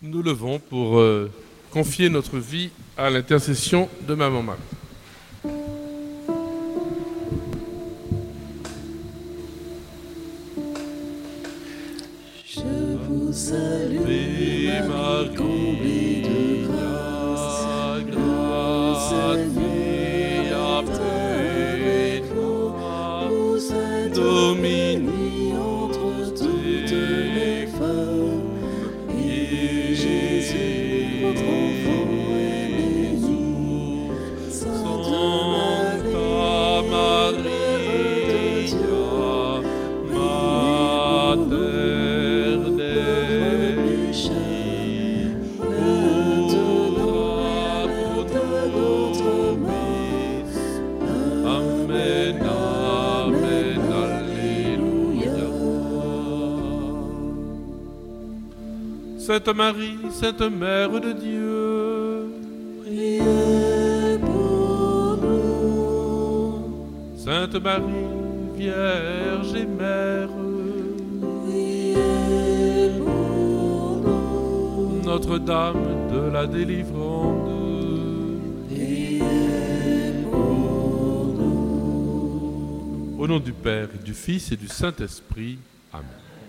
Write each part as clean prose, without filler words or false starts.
nous levons pour confier notre vie à l'intercession de Maman Marie. Je vous salue, Marie, comblée de grâce, vous êtes bénie entre toutes les femmes, et Jésus, votre enfant, est béni. Sainte Marie, Mater Dei, notre messe. Amen, Amen, Alléluia. Sainte Marie, Sainte Mère de Dieu, Priez pour nous. Sainte Marie, Vierge et Mère, Priez pour nous. Notre-Dame de la délivrande, Priez pour nous. au nom du Père, et du Fils et du Saint-Esprit. Amen.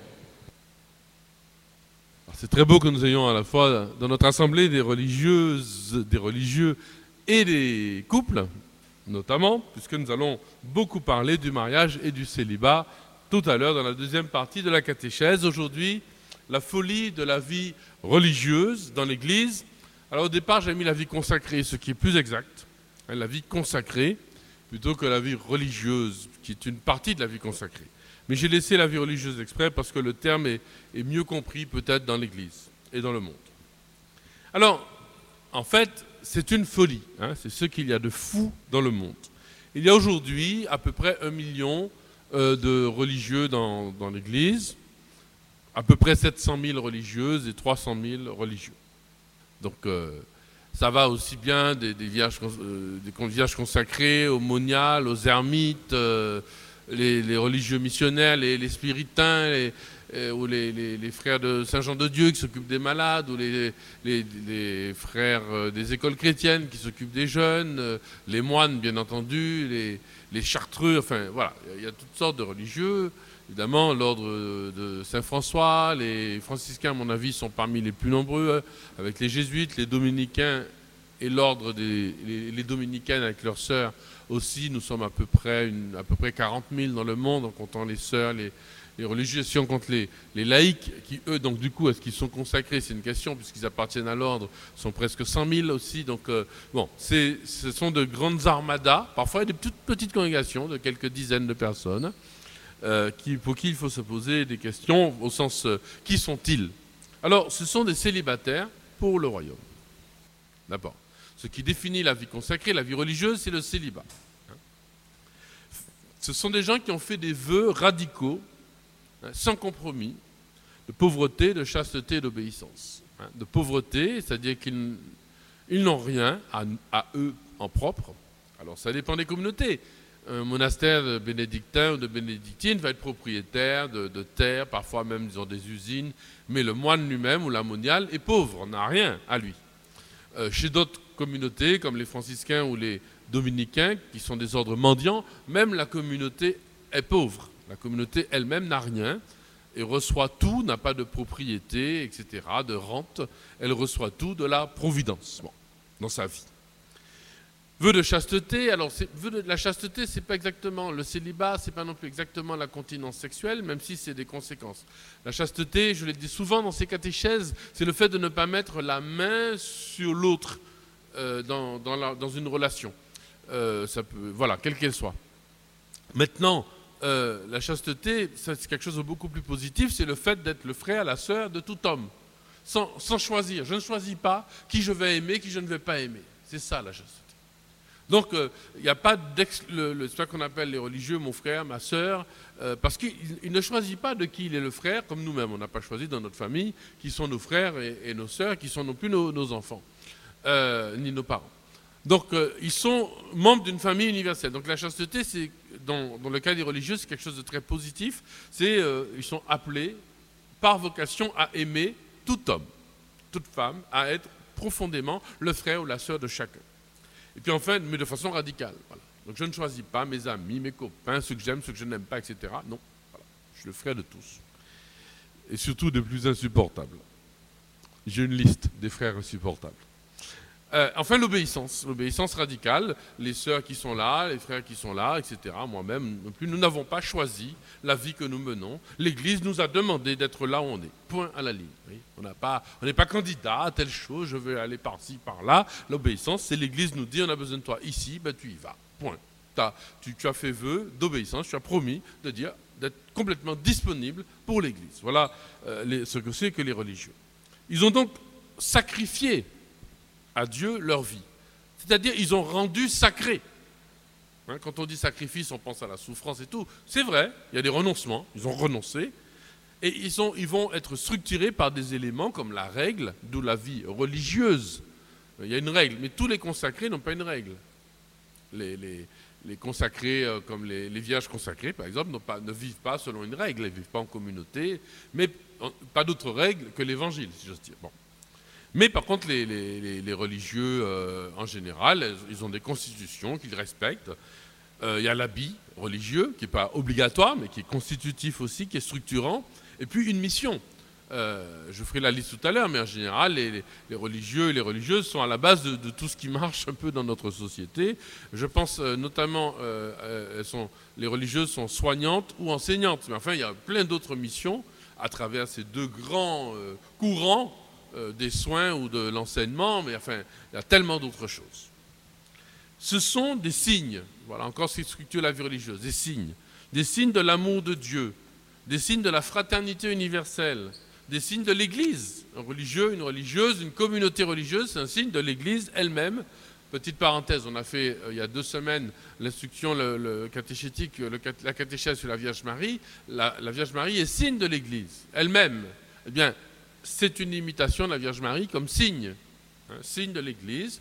Alors, c'est très beau que nous ayons à la fois dans notre assemblée des religieuses, des religieux et des couples, notamment, puisque nous allons beaucoup parler du mariage et du célibat tout à l'heure dans la deuxième partie de la catéchèse. Aujourd'hui, la folie de la vie religieuse dans l'Église. Alors au départ, j'ai mis la vie consacrée, ce qui est plus exact, la vie consacrée, plutôt que la vie religieuse, qui est une partie de la vie consacrée. Mais j'ai laissé la vie religieuse exprès parce que le terme est mieux compris peut-être dans l'Église et dans le monde. Alors, en fait, c'est une folie, c'est ce qu'il y a de fou dans le monde. Il y a aujourd'hui à peu près 1 million de religieux dans l'Église, à peu près 700 000 religieuses et 300 000 religieux. Donc ça va aussi bien des vierges consacrées, aux moniales, aux ermites, les religieux missionnaires, les spiritains, ou les frères de Saint-Jean-de-Dieu qui s'occupent des malades, ou les frères des écoles chrétiennes qui s'occupent des jeunes, les moines bien entendu, les chartreux, enfin voilà, il y a toutes sortes de religieux. Évidemment, l'ordre de Saint-François, les franciscains, à mon avis, sont parmi les plus nombreux, avec les jésuites, les dominicains et l'ordre les dominicaines avec leurs sœurs aussi. Nous sommes à peu près 40 000 dans le monde, en comptant les sœurs, les religieux. Si on compte les laïcs, qui eux, donc du coup, est-ce qu'ils sont consacrés? C'est une question, puisqu'ils appartiennent à l'ordre, sont presque 100 000 aussi. Donc, bon, ce sont de grandes armadas, parfois des toutes petites congrégations de quelques dizaines de personnes, pour qui il faut se poser des questions au sens qui sont-ils? Alors, ce sont des célibataires pour le royaume. D'abord, ce qui définit la vie consacrée, la vie religieuse, c'est le célibat. Ce sont des gens qui ont fait des vœux radicaux, sans compromis, de pauvreté, de chasteté et d'obéissance. De pauvreté, c'est-à-dire qu'ils n'ont rien à eux en propre. Alors, ça dépend des communautés. Un monastère de bénédictin ou de bénédictine va être propriétaire de terres, parfois même disons des usines, mais le moine lui-même ou la moniale est pauvre, n'a rien à lui. Chez d'autres communautés, comme les franciscains ou les dominicains, qui sont des ordres mendiants, même la communauté est pauvre. La communauté elle-même n'a rien et reçoit tout, n'a pas de propriété, etc., de rente. Elle reçoit tout de la providence dans sa vie. Vœu de chasteté, alors vœu de la chasteté, c'est pas exactement le célibat, c'est pas non plus exactement la continence sexuelle, même si c'est des conséquences. La chasteté, je l'ai dit souvent dans ces catéchèses, c'est le fait de ne pas mettre la main sur l'autre dans une relation. Voilà, quelle qu'elle soit. Maintenant, la chasteté, c'est quelque chose de beaucoup plus positif, c'est le fait d'être le frère, la sœur de tout homme, sans choisir. Je ne choisis pas qui je vais aimer, qui je ne vais pas aimer. C'est ça la chasteté. Donc, il n'y a pas c'est ça qu'on appelle les religieux, mon frère, ma sœur, parce qu'il ne choisit pas de qui il est le frère, comme nous-mêmes. On n'a pas choisi dans notre famille qui sont nos frères et nos sœurs, qui sont non plus nos enfants, ni nos parents. Donc, ils sont membres d'une famille universelle. Donc, la chasteté, c'est, dans le cas des religieux, c'est quelque chose de très positif. Ils sont appelés par vocation à aimer tout homme. toute femme, à être profondément le frère ou la sœur de chacun. Et puis enfin, mais de façon radicale. Voilà. Donc je ne choisis pas mes amis, mes copains, ceux que j'aime, ceux que je n'aime pas, etc. Non, voilà. Je suis le frère de tous. Et surtout des plus insupportables. J'ai une liste des frères insupportables. Enfin, l'obéissance radicale, les sœurs qui sont là, les frères qui sont là, etc. Moi-même non plus, nous n'avons pas choisi la vie que nous menons. L'Église nous a demandé d'être là où on est, point à la ligne. Oui. On n'est pas candidat à telle chose, je veux aller par-ci, par-là. L'obéissance, c'est l'Église nous dit, on a besoin de toi ici, ben tu y vas, point. Tu as fait vœu d'obéissance, tu as promis d'être complètement disponible pour l'Église. Voilà ce que c'est que les religieux. Ils ont donc sacrifié à Dieu leur vie. C'est-à-dire, ils ont rendu sacré. Hein, quand on dit sacrifice, on pense à la souffrance et tout. C'est vrai, il y a des renoncements, ils ont renoncé. Et ils vont être structurés par des éléments comme la règle, d'où la vie religieuse. Il y a une règle, mais tous les consacrés n'ont pas une règle. Les consacrés, comme les vierges consacrées, par exemple, ne vivent pas selon une règle, ils ne vivent pas en communauté, mais pas d'autre règle que l'évangile, si j'ose dire. Bon. Mais par contre, les religieux, en général, ils ont des constitutions qu'ils respectent. Il y a l'habit religieux, qui n'est pas obligatoire, mais qui est constitutif aussi, qui est structurant. Et puis une mission. Je ferai la liste tout à l'heure, mais en général, les religieux et les religieuses sont à la base de tout ce qui marche un peu dans notre société. Je pense notamment, les religieuses sont soignantes ou enseignantes. Mais enfin, il y a plein d'autres missions à travers ces deux grands courants des soins ou de l'enseignement, mais enfin, il y a tellement d'autres choses. Ce sont des signes, voilà encore ce qui structure la vie religieuse, des signes de l'amour de Dieu, des signes de la fraternité universelle, des signes de l'Église. Un religieux, une religieuse, une communauté religieuse, c'est un signe de l'Église elle-même. Petite parenthèse, on a fait il y a 2 semaines l'instruction, le catéchétique, la catéchèse sur la Vierge Marie. La Vierge Marie est signe de l'Église elle-même. Eh bien, c'est une imitation de la Vierge Marie comme signe, signe de l'Église.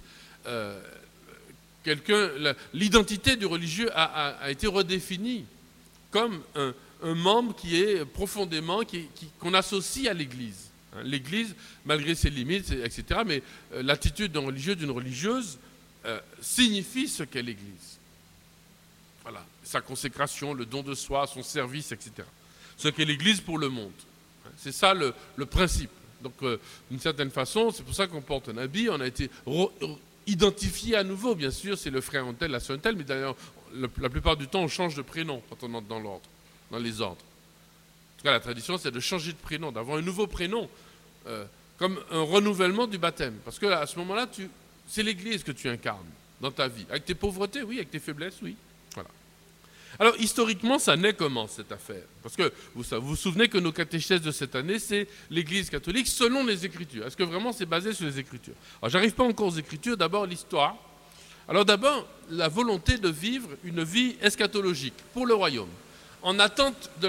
L'identité du religieux a été redéfinie comme un membre qui est profondément, qu'on associe à l'Église. L'Église, malgré ses limites, etc., mais l'attitude d'un religieux, d'une religieuse, signifie ce qu'est l'Église. Voilà, sa consécration, le don de soi, son service, etc. Ce qu'est l'Église pour le monde. C'est ça le principe. Donc, d'une certaine façon, c'est pour ça qu'on porte un habit. On a été identifié à nouveau, bien sûr, c'est le frère un tel, la sœur un tel, mais d'ailleurs, la plupart du temps, on change de prénom quand on entre dans l'ordre, dans les ordres. En tout cas, la tradition, c'est de changer de prénom, d'avoir un nouveau prénom, comme un renouvellement du baptême. Parce que à ce moment-là, c'est l'Église que tu incarnes dans ta vie. Avec tes pauvretés, oui, avec tes faiblesses, oui. Voilà. Alors, historiquement, ça naît comment, cette affaire? Parce que vous vous souvenez que nos catéchèses de cette année, c'est l'Église catholique selon les Écritures. Est-ce que vraiment c'est basé sur les Écritures? Alors, j'arrive pas encore aux Écritures. D'abord, l'histoire. Alors, d'abord, la volonté de vivre une vie eschatologique pour le royaume, en attente de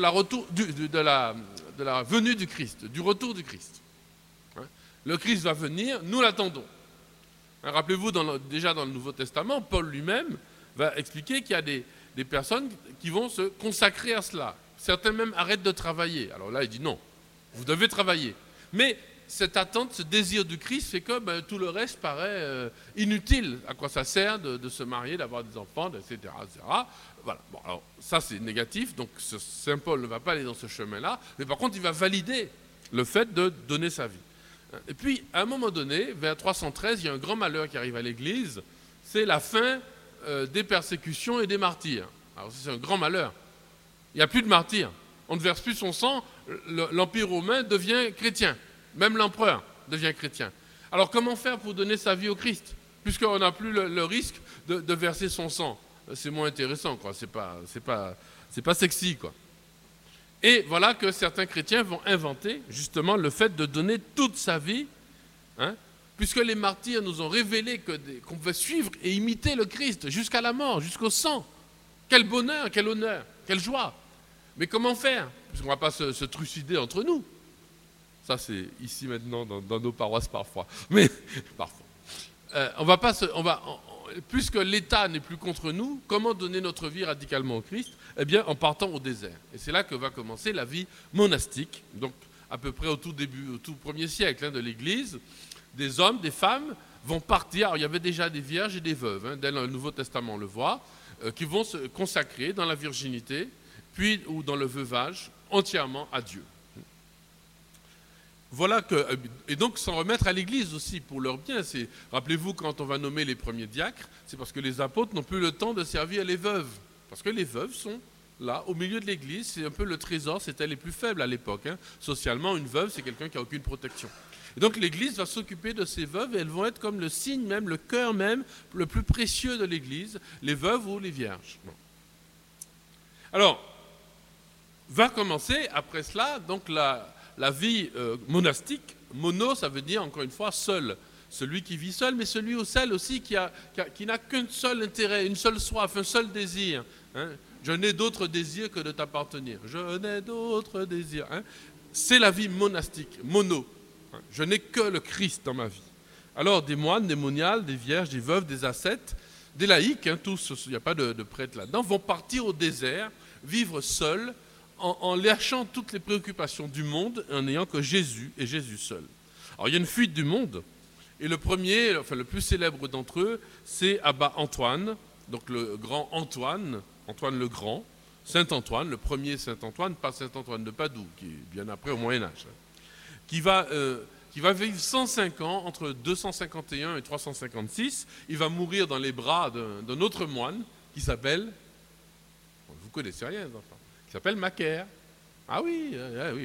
la venue du Christ, du retour du Christ. Le Christ va venir, nous l'attendons. Rappelez-vous, déjà dans le Nouveau Testament, Paul lui-même va expliquer qu'il y a des personnes qui vont se consacrer à cela. Certains même arrêtent de travailler. Alors là, il dit non, vous devez travailler. Mais cette attente, ce désir du Christ fait que tout le reste paraît inutile. À quoi ça sert de se marier, d'avoir des enfants, etc. etc. Voilà. Bon, alors ça, c'est négatif. Donc Saint Paul ne va pas aller dans ce chemin-là. Mais par contre, il va valider le fait de donner sa vie. Et puis, à un moment donné, vers 313, il y a un grand malheur qui arrive à l'Église. C'est la fin des persécutions et des martyrs. Alors c'est un grand malheur. Il n'y a plus de martyrs. On ne verse plus son sang. L'Empire romain devient chrétien. Même l'empereur devient chrétien. Alors comment faire pour donner sa vie au Christ? Puisqu'on n'a plus le risque de verser son sang. C'est moins intéressant, quoi. C'est pas sexy, quoi. Et voilà que certains chrétiens vont inventer justement le fait de donner toute sa vie, puisque les martyrs nous ont révélé qu'on pouvait suivre et imiter le Christ jusqu'à la mort, jusqu'au sang. Quel bonheur, quel honneur, quelle joie. Mais comment faire? Puisqu'on ne va pas se trucider entre nous. Ça, c'est ici maintenant dans nos paroisses parfois. Mais parfois. Puisque l'État n'est plus contre nous, comment donner notre vie radicalement au Christ? Eh bien, en partant au désert. Et c'est là que va commencer la vie monastique. Donc, à peu près au tout premier siècle de l'Église, des hommes, des femmes vont partir. Alors, il y avait déjà des vierges et des veuves, dès le Nouveau Testament on le voit, qui vont se consacrer dans la virginité, puis ou dans le veuvage, entièrement à Dieu. Voilà que, et donc s'en remettre à l'Église aussi pour leur bien. Rappelez-vous, quand on va nommer les premiers diacres, c'est parce que les apôtres n'ont plus le temps de servir les veuves. Parce que les veuves sont là, au milieu de l'Église, c'est un peu le trésor, c'était les plus faibles à l'époque. Socialement, une veuve, c'est quelqu'un qui n'a aucune protection. Et donc l'Église va s'occuper de ces veuves et elles vont être comme le signe même, le cœur même, le plus précieux de l'Église, les veuves ou les vierges. Bon. Alors, va commencer après cela, donc la vie monastique. Mono, ça veut dire, encore une fois, seul. Celui qui vit seul, mais celui ou celle aussi qui n'a qu'un seul intérêt, une seule soif, un seul désir. Je n'ai d'autre désir que de t'appartenir. Je n'ai d'autre désir. C'est la vie monastique, mono. Je n'ai que le Christ dans ma vie. Alors, des moines, des moniales, des vierges, des veuves, des ascètes, des laïcs, tous, il n'y a pas de prêtres là-dedans, vont partir au désert, vivre seuls, en lâchant toutes les préoccupations du monde, en n'ayant que Jésus et Jésus seul. Alors, il y a une fuite du monde, et le premier, enfin le plus célèbre d'entre eux, c'est Abba Antoine, donc le grand Antoine, Antoine le Grand, Saint Antoine, le premier Saint Antoine, pas Saint Antoine de Padoue, qui est bien après au Moyen-Âge, qui va vivre 105 ans, entre 251 et 356. Il va mourir dans les bras d'un autre moine qui s'appelle, vous connaissez rien, enfants, qui s'appelle Macaire. Ah oui,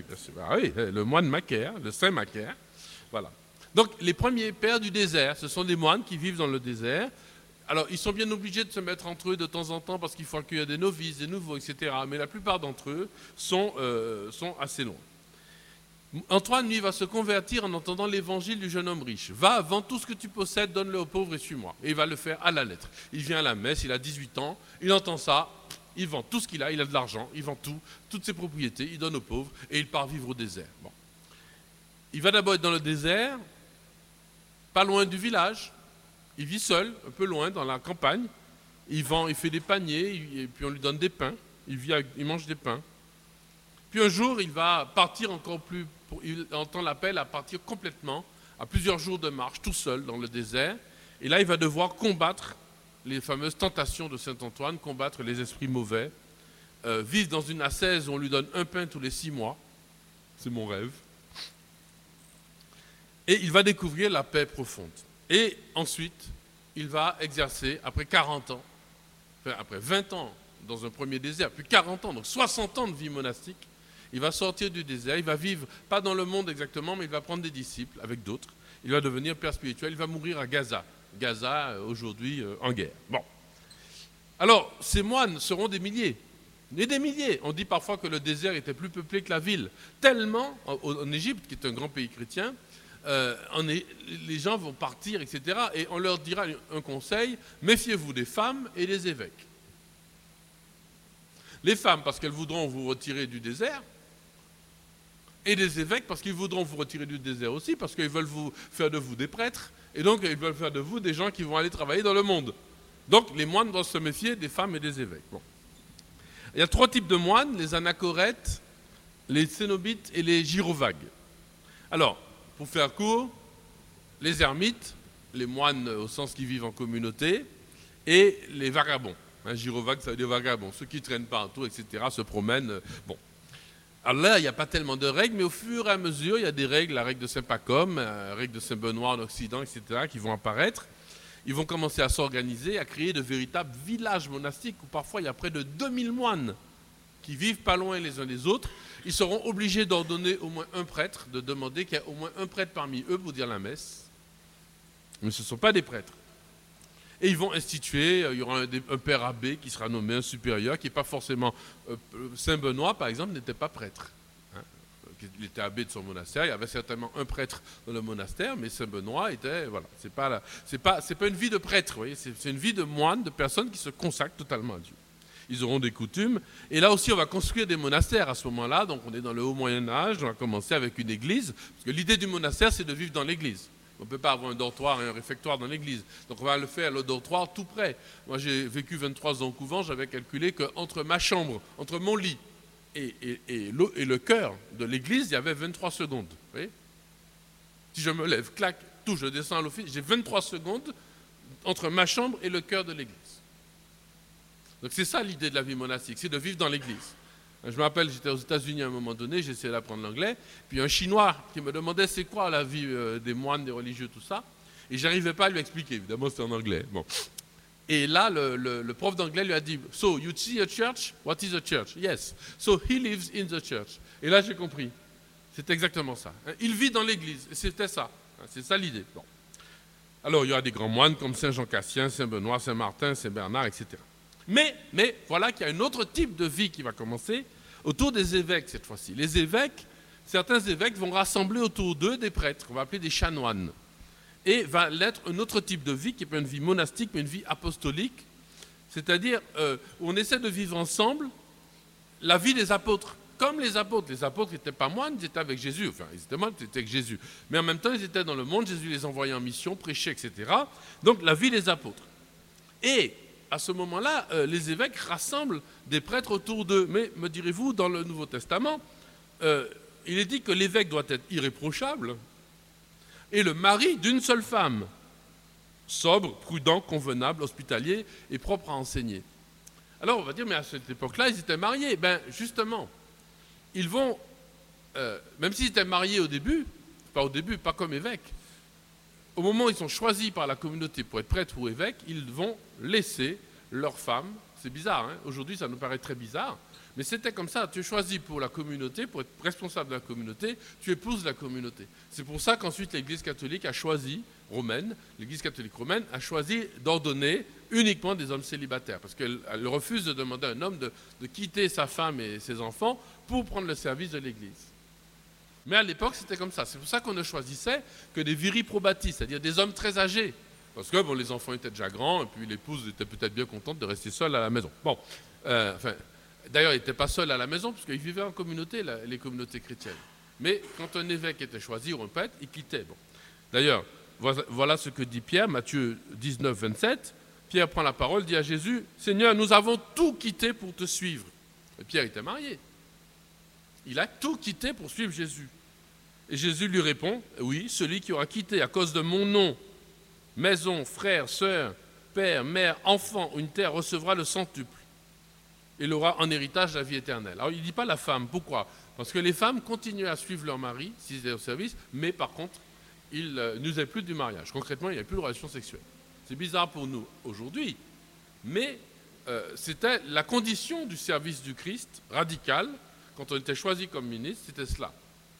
le moine Macaire, le saint Macaire. Voilà. Donc les premiers pères du désert, ce sont des moines qui vivent dans le désert. Alors ils sont bien obligés de se mettre entre eux de temps en temps parce qu'il faut accueillir des novices, des nouveaux, etc. Mais la plupart d'entre eux sont assez loin. Antoine, lui, va se convertir en entendant l'évangile du jeune homme riche. Va, vends tout ce que tu possèdes, donne-le aux pauvres et suis-moi. Et il va le faire à la lettre. Il vient à la messe, il a 18 ans, il entend ça, il vend tout ce qu'il a de l'argent, il vend tout, toutes ses propriétés, il donne aux pauvres et il part vivre au désert. Bon. Il va d'abord être dans le désert, pas loin du village. Il vit seul, un peu loin, dans la campagne. Il vend, il fait des paniers, et puis on lui donne des pains. Il mange des pains. Puis un jour, il va partir encore plus. Il entend l'appel à partir complètement, à plusieurs jours de marche, tout seul dans le désert. Et là, il va devoir combattre les fameuses tentations de Saint Antoine, combattre les esprits mauvais, vivre dans une ascèse où on lui donne un pain tous les 6 mois. C'est mon rêve. Et il va découvrir la paix profonde. Et ensuite, il va exercer, après 40 ans, après 20 ans dans un premier désert, puis 40 ans, donc 60 ans de vie monastique, il va sortir du désert, il va vivre, pas dans le monde exactement, mais il va prendre des disciples avec d'autres, il va devenir père spirituel, il va mourir à Gaza. Gaza, aujourd'hui, en guerre. Bon. Alors, ces moines seront des milliers, et des milliers. On dit parfois que le désert était plus peuplé que la ville, tellement, en Égypte, qui est un grand pays chrétien, les gens vont partir, etc. Et on leur dira un conseil, méfiez-vous des femmes et des évêques. Les femmes, parce qu'elles voudront vous retirer du désert, et les évêques, parce qu'ils voudront vous retirer du désert aussi, parce qu'ils veulent vous faire de vous des prêtres, et donc ils veulent faire de vous des gens qui vont aller travailler dans le monde. Donc les moines doivent se méfier des femmes et des évêques. Bon. Il y a 3 types de moines, les anachorètes, les cénobites et les gyrovagues. Alors, pour faire court, les ermites, les moines au sens qui vivent en communauté, et les vagabonds. Gyrovague, ça veut dire vagabonds, ceux qui ne traînent pas tout, etc., se promènent. Bon. Alors là, il n'y a pas tellement de règles, mais au fur et à mesure, il y a des règles, la règle de Saint-Pacôme, la règle de Saint-Benoît en Occident, etc., qui vont apparaître. Ils vont commencer à s'organiser, à créer de véritables villages monastiques où parfois il y a près de 2000 moines qui vivent pas loin les uns des autres. Ils seront obligés d'ordonner au moins un prêtre, de demander qu'il y ait au moins un prêtre parmi eux pour dire la messe. Mais ce ne sont pas des prêtres. Et ils vont instituer, il y aura un père abbé qui sera nommé, un supérieur, qui n'est pas forcément... Saint Benoît, par exemple, n'était pas prêtre. Il était abbé de son monastère, il y avait certainement un prêtre dans le monastère, mais Saint Benoît était... Voilà, c'est pas une vie de prêtre, vous voyez, c'est une vie de moine, de personnes qui se consacrent totalement à Dieu. Ils auront des coutumes. Et là aussi, on va construire des monastères à ce moment-là. Donc, on est dans le haut Moyen-Âge, on va commencer avec une église. Parce que l'idée du monastère, c'est de vivre dans l'église. On ne peut pas avoir un dortoir et un réfectoire dans l'église. Donc on va le faire, le dortoir, tout près. Moi j'ai vécu 23 ans au couvent, j'avais calculé qu'entre ma chambre, entre mon lit et le cœur de l'église, il y avait 23 secondes. Vous voyez, si je me lève, clac, tout, je descends à l'office, j'ai 23 secondes entre ma chambre et le cœur de l'église. Donc c'est ça l'idée de la vie monastique, c'est de vivre dans l'église. Je me rappelle, j'étais aux États-Unis à un moment donné, j'essayais d'apprendre l'anglais, puis un Chinois qui me demandait c'est quoi la vie des moines, des religieux, tout ça, et j'arrivais pas à lui expliquer, évidemment c'était en anglais. Bon. Et là, le prof d'anglais lui a dit « So, you see a church? What is a church? Yes. So, he lives in the church. » Et là, j'ai compris. C'est exactement ça. Il vit dans l'église, et c'était ça. C'est ça l'idée. Bon. Alors, il y aura des grands moines comme Saint Jean Cassien, Saint Benoît, Saint Martin, Saint Bernard, etc. Mais voilà qu'il y a un autre type de vie qui va commencer autour des évêques cette fois-ci. Les évêques, certains évêques vont rassembler autour d'eux des prêtres, qu'on va appeler des chanoines. Et va l'être un autre type de vie qui n'est pas une vie monastique, mais une vie apostolique, c'est-à-dire où on essaie de vivre ensemble la vie des apôtres. Comme les apôtres n'étaient pas moines, ils étaient avec Jésus, enfin ils étaient moines, ils étaient avec Jésus. Mais en même temps, ils étaient dans le monde, Jésus les envoyait en mission, prêchait, etc. Donc la vie des apôtres. Et à ce moment-là, les évêques rassemblent des prêtres autour d'eux. Mais, me direz-vous, dans le Nouveau Testament, il est dit que l'évêque doit être irréprochable et le mari d'une seule femme, sobre, prudent, convenable, hospitalier et propre à enseigner. Alors on va dire, mais à cette époque-là, ils étaient mariés. Ben justement, ils vont, même s'ils étaient mariés au début, pas comme évêques, au moment où ils sont choisis par la communauté pour être prêtres ou évêques, ils vont laisser leur femme. C'est bizarre, hein? Aujourd'hui ça nous paraît très bizarre, mais c'était comme ça. Tu es choisi pour la communauté, pour être responsable de la communauté, tu épouses la communauté. C'est pour ça qu'ensuite l'Église catholique a choisi, l'Église catholique romaine a choisi d'ordonner uniquement des hommes célibataires, parce qu'elle refuse de demander à un homme de quitter sa femme et ses enfants pour prendre le service de l'Église. Mais à l'époque, c'était comme ça. C'est pour ça qu'on ne choisissait que des viri probatis, c'est-à-dire des hommes très âgés. Parce que les enfants étaient déjà grands, et puis l'épouse était peut-être bien contente de rester seule à la maison. D'ailleurs, il n'était pas seul à la maison, parce qu'il vivait en communauté, les communautés chrétiennes. Mais quand un évêque était choisi, ou un prêtre, il quittait. Bon. D'ailleurs, voilà ce que dit Pierre, Matthieu 19, 27. Pierre prend la parole, dit à Jésus, « Seigneur, nous avons tout quitté pour te suivre. » Et Pierre était marié. Il a tout quitté pour suivre Jésus. Et Jésus lui répond, « Oui, celui qui aura quitté à cause de mon nom, maison, frère, sœur, père, mère, enfant ou une terre, recevra le centuple. Il aura en héritage la vie éternelle. » Alors il ne dit pas la femme. Pourquoi? Parce que les femmes continuaient à suivre leur mari, s'ils étaient au service, mais par contre, ils n'usaient plus du mariage. Concrètement, il n'y avait plus de relation sexuelle. C'est bizarre pour nous aujourd'hui, mais c'était la condition du service du Christ, radical, quand on était choisi comme ministre, c'était cela.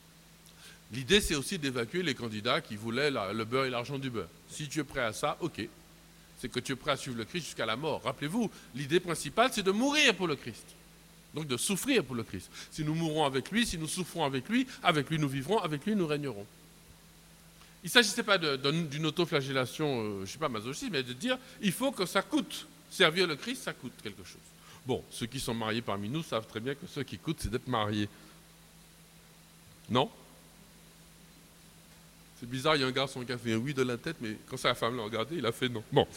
L'idée, c'est aussi d'évacuer les candidats qui voulaient le beurre et l'argent du beurre. Si tu es prêt à ça, ok. C'est que tu es prêt à suivre le Christ jusqu'à la mort. Rappelez-vous, l'idée principale, c'est de mourir pour le Christ. Donc de souffrir pour le Christ. Si nous mourrons avec lui, si nous souffrons avec lui nous vivrons, avec lui nous régnerons. Il ne s'agissait pas d'une autoflagellation, je ne sais pas, masochisme, mais de dire, il faut que ça coûte. Servir le Christ, ça coûte quelque chose. Bon, ceux qui sont mariés parmi nous savent très bien que ce qui coûte, c'est d'être marié. Non? C'est bizarre, il y a un garçon qui a fait un oui de la tête, mais quand sa femme l'a regardé, il a fait non. Bon.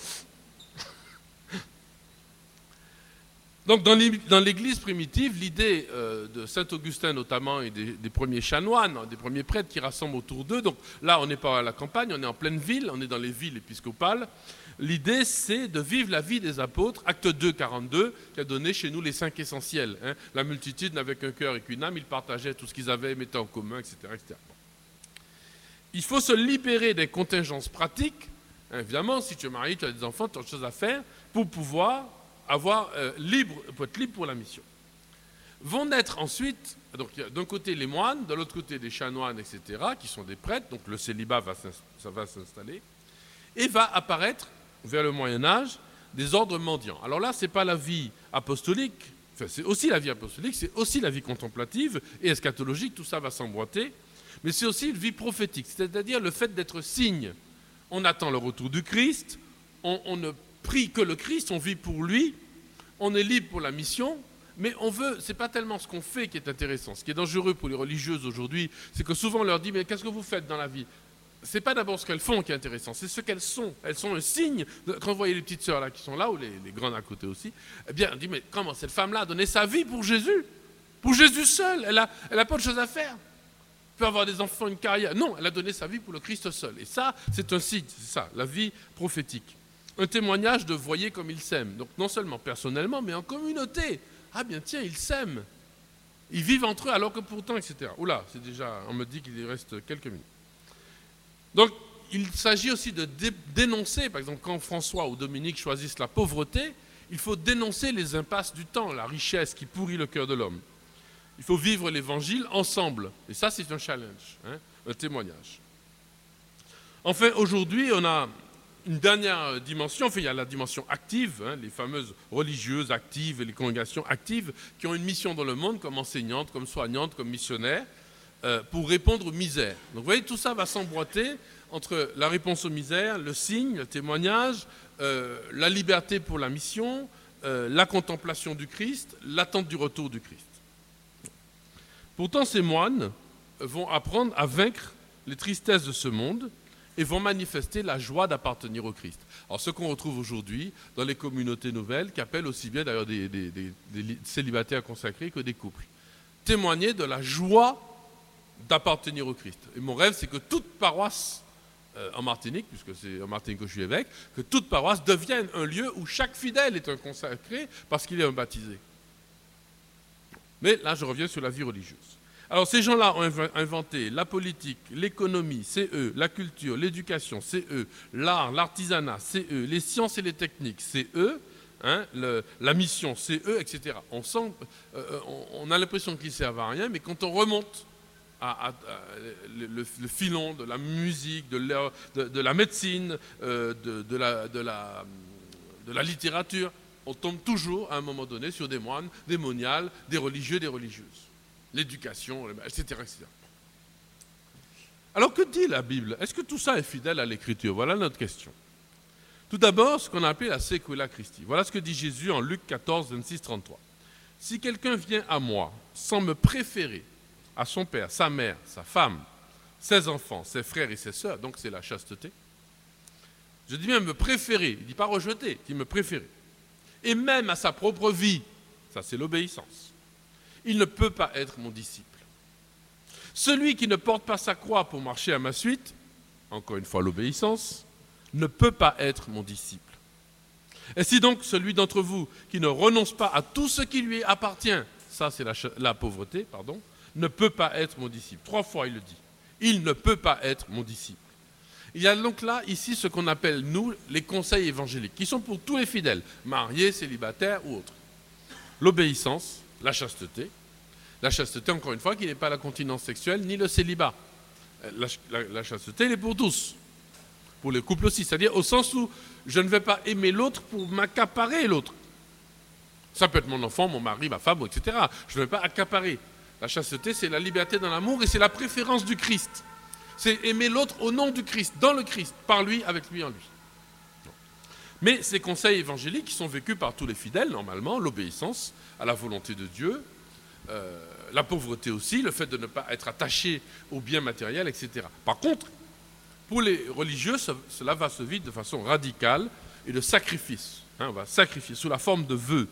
Donc dans l'Église primitive, l'idée de saint Augustin notamment et des premiers chanoines, des premiers prêtres qui rassemblent autour d'eux, donc là on n'est pas à la campagne, on est en pleine ville, on est dans les villes épiscopales, l'idée c'est de vivre la vie des apôtres, acte 2, 42, qui a donné chez nous les 5 essentiels. Hein. La multitude n'avait qu'un cœur et qu'une âme, ils partageaient tout ce qu'ils avaient, mettaient en commun, etc. etc. Bon. Il faut se libérer des contingences pratiques, hein, évidemment, si tu es marié, tu as des enfants, tu as autre chose à faire, pour pouvoir être libre pour la mission. Vont naître ensuite, donc d'un côté les moines, de l'autre côté des chanoines, etc., qui sont des prêtres, donc le célibat va s'installer, et va apparaître, vers le Moyen-Âge, des ordres mendiants. Alors là, ce n'est pas la vie apostolique, enfin c'est aussi la vie apostolique, c'est aussi la vie contemplative et eschatologique, tout ça va s'emboîter, mais c'est aussi une vie prophétique, c'est-à-dire le fait d'être signe. On attend le retour du Christ, on ne prie que le Christ, on vit pour lui, on est libre pour la mission, mais c'est pas tellement ce qu'on fait qui est intéressant. Ce qui est dangereux pour les religieuses aujourd'hui, c'est que souvent on leur dit, mais qu'est-ce que vous faites dans la vie? C'est pas d'abord ce qu'elles font qui est intéressant, c'est ce qu'elles sont. Elles sont un signe. Quand vous voyez les petites sœurs là qui sont là, ou les grandes à côté aussi, eh bien on dit, mais comment cette femme-là a donné sa vie pour Jésus? Pour Jésus seul, elle a pas de choses à faire. Elle peut avoir des enfants, une carrière. Non, elle a donné sa vie pour le Christ seul. Et ça, c'est un signe, c'est ça, la vie prophétique. Un témoignage de voyez comme ils s'aiment. Donc non seulement personnellement, mais en communauté. Ah bien tiens, ils s'aiment. Ils vivent entre eux alors que pourtant, etc. Oula, c'est déjà, on me dit qu'il reste quelques minutes. Donc, il s'agit aussi de dénoncer, par exemple, quand François ou Dominique choisissent la pauvreté, il faut dénoncer les impasses du temps, la richesse qui pourrit le cœur de l'homme. Il faut vivre l'évangile ensemble. Et ça, c'est un challenge, un témoignage. Enfin, aujourd'hui, on a une dernière dimension. Enfin, il y a la dimension active, les fameuses religieuses actives et les congrégations actives qui ont une mission dans le monde comme enseignantes, comme soignantes, comme missionnaires, pour répondre aux misères. Donc, vous voyez, tout ça va s'emboîter entre la réponse aux misères, le signe, le témoignage, la liberté pour la mission, la contemplation du Christ, l'attente du retour du Christ. Pourtant, ces moines vont apprendre à vaincre les tristesses de ce monde et vont manifester la joie d'appartenir au Christ. Alors, ce qu'on retrouve aujourd'hui dans les communautés nouvelles, qui appellent aussi bien d'ailleurs des célibataires consacrés que des couples. Témoigner de la joie d'appartenir au Christ. Et mon rêve, c'est que toute paroisse en Martinique, puisque c'est en Martinique que je suis évêque, que toute paroisse devienne un lieu où chaque fidèle est un consacré parce qu'il est un baptisé. Mais là, je reviens sur la vie religieuse. Alors, ces gens-là ont inventé la politique, l'économie, c'est eux, la culture, l'éducation, c'est eux, l'art, l'artisanat, c'est eux, les sciences et les techniques, c'est eux, la mission, c'est eux, etc. On a l'impression qu'ils ne servent à rien, mais quand on remonte le filon de la musique, de la médecine, de la littérature, on tombe toujours à un moment donné sur des moines, des moniales, des religieux, des religieuses. L'éducation, etc., etc. Alors que dit la Bible? Est-ce que tout ça est fidèle à l'Écriture? Voilà notre question. Tout d'abord, ce qu'on a appelé la sequela Christi. Voilà ce que dit Jésus en Luc 14, 26, 33. Si quelqu'un vient à moi sans me préférer à son père, sa mère, sa femme, ses enfants, ses frères et ses sœurs, donc c'est la chasteté. Je dis bien me préférer, il ne dit pas rejeter, il dit me préférer. Et même à sa propre vie, ça c'est l'obéissance. Il ne peut pas être mon disciple. Celui qui ne porte pas sa croix pour marcher à ma suite, encore une fois l'obéissance, ne peut pas être mon disciple. Et si donc celui d'entre vous qui ne renonce pas à tout ce qui lui appartient, ça c'est la pauvreté, pardon, ne peut pas être mon disciple. 3 fois il le dit. Il ne peut pas être mon disciple. Il y a donc là, ici, ce qu'on appelle, nous, les conseils évangéliques, qui sont pour tous les fidèles, mariés, célibataires ou autres. L'obéissance, la chasteté, encore une fois, qui n'est pas la continence sexuelle ni le célibat. La chasteté, elle est pour tous, pour les couples aussi, c'est-à-dire au sens où je ne vais pas aimer l'autre pour m'accaparer l'autre. Ça peut être mon enfant, mon mari, ma femme, etc. Je ne vais pas accaparer. La chasteté, c'est la liberté dans l'amour et c'est la préférence du Christ. C'est aimer l'autre au nom du Christ, dans le Christ, par lui, avec lui, en lui. Mais ces conseils évangéliques qui sont vécus par tous les fidèles, normalement, l'obéissance à la volonté de Dieu, la pauvreté aussi, le fait de ne pas être attaché aux biens matériels, etc. Par contre, pour les religieux, cela va se vivre de façon radicale et de sacrifice. On va sacrifier sous la forme de vœux.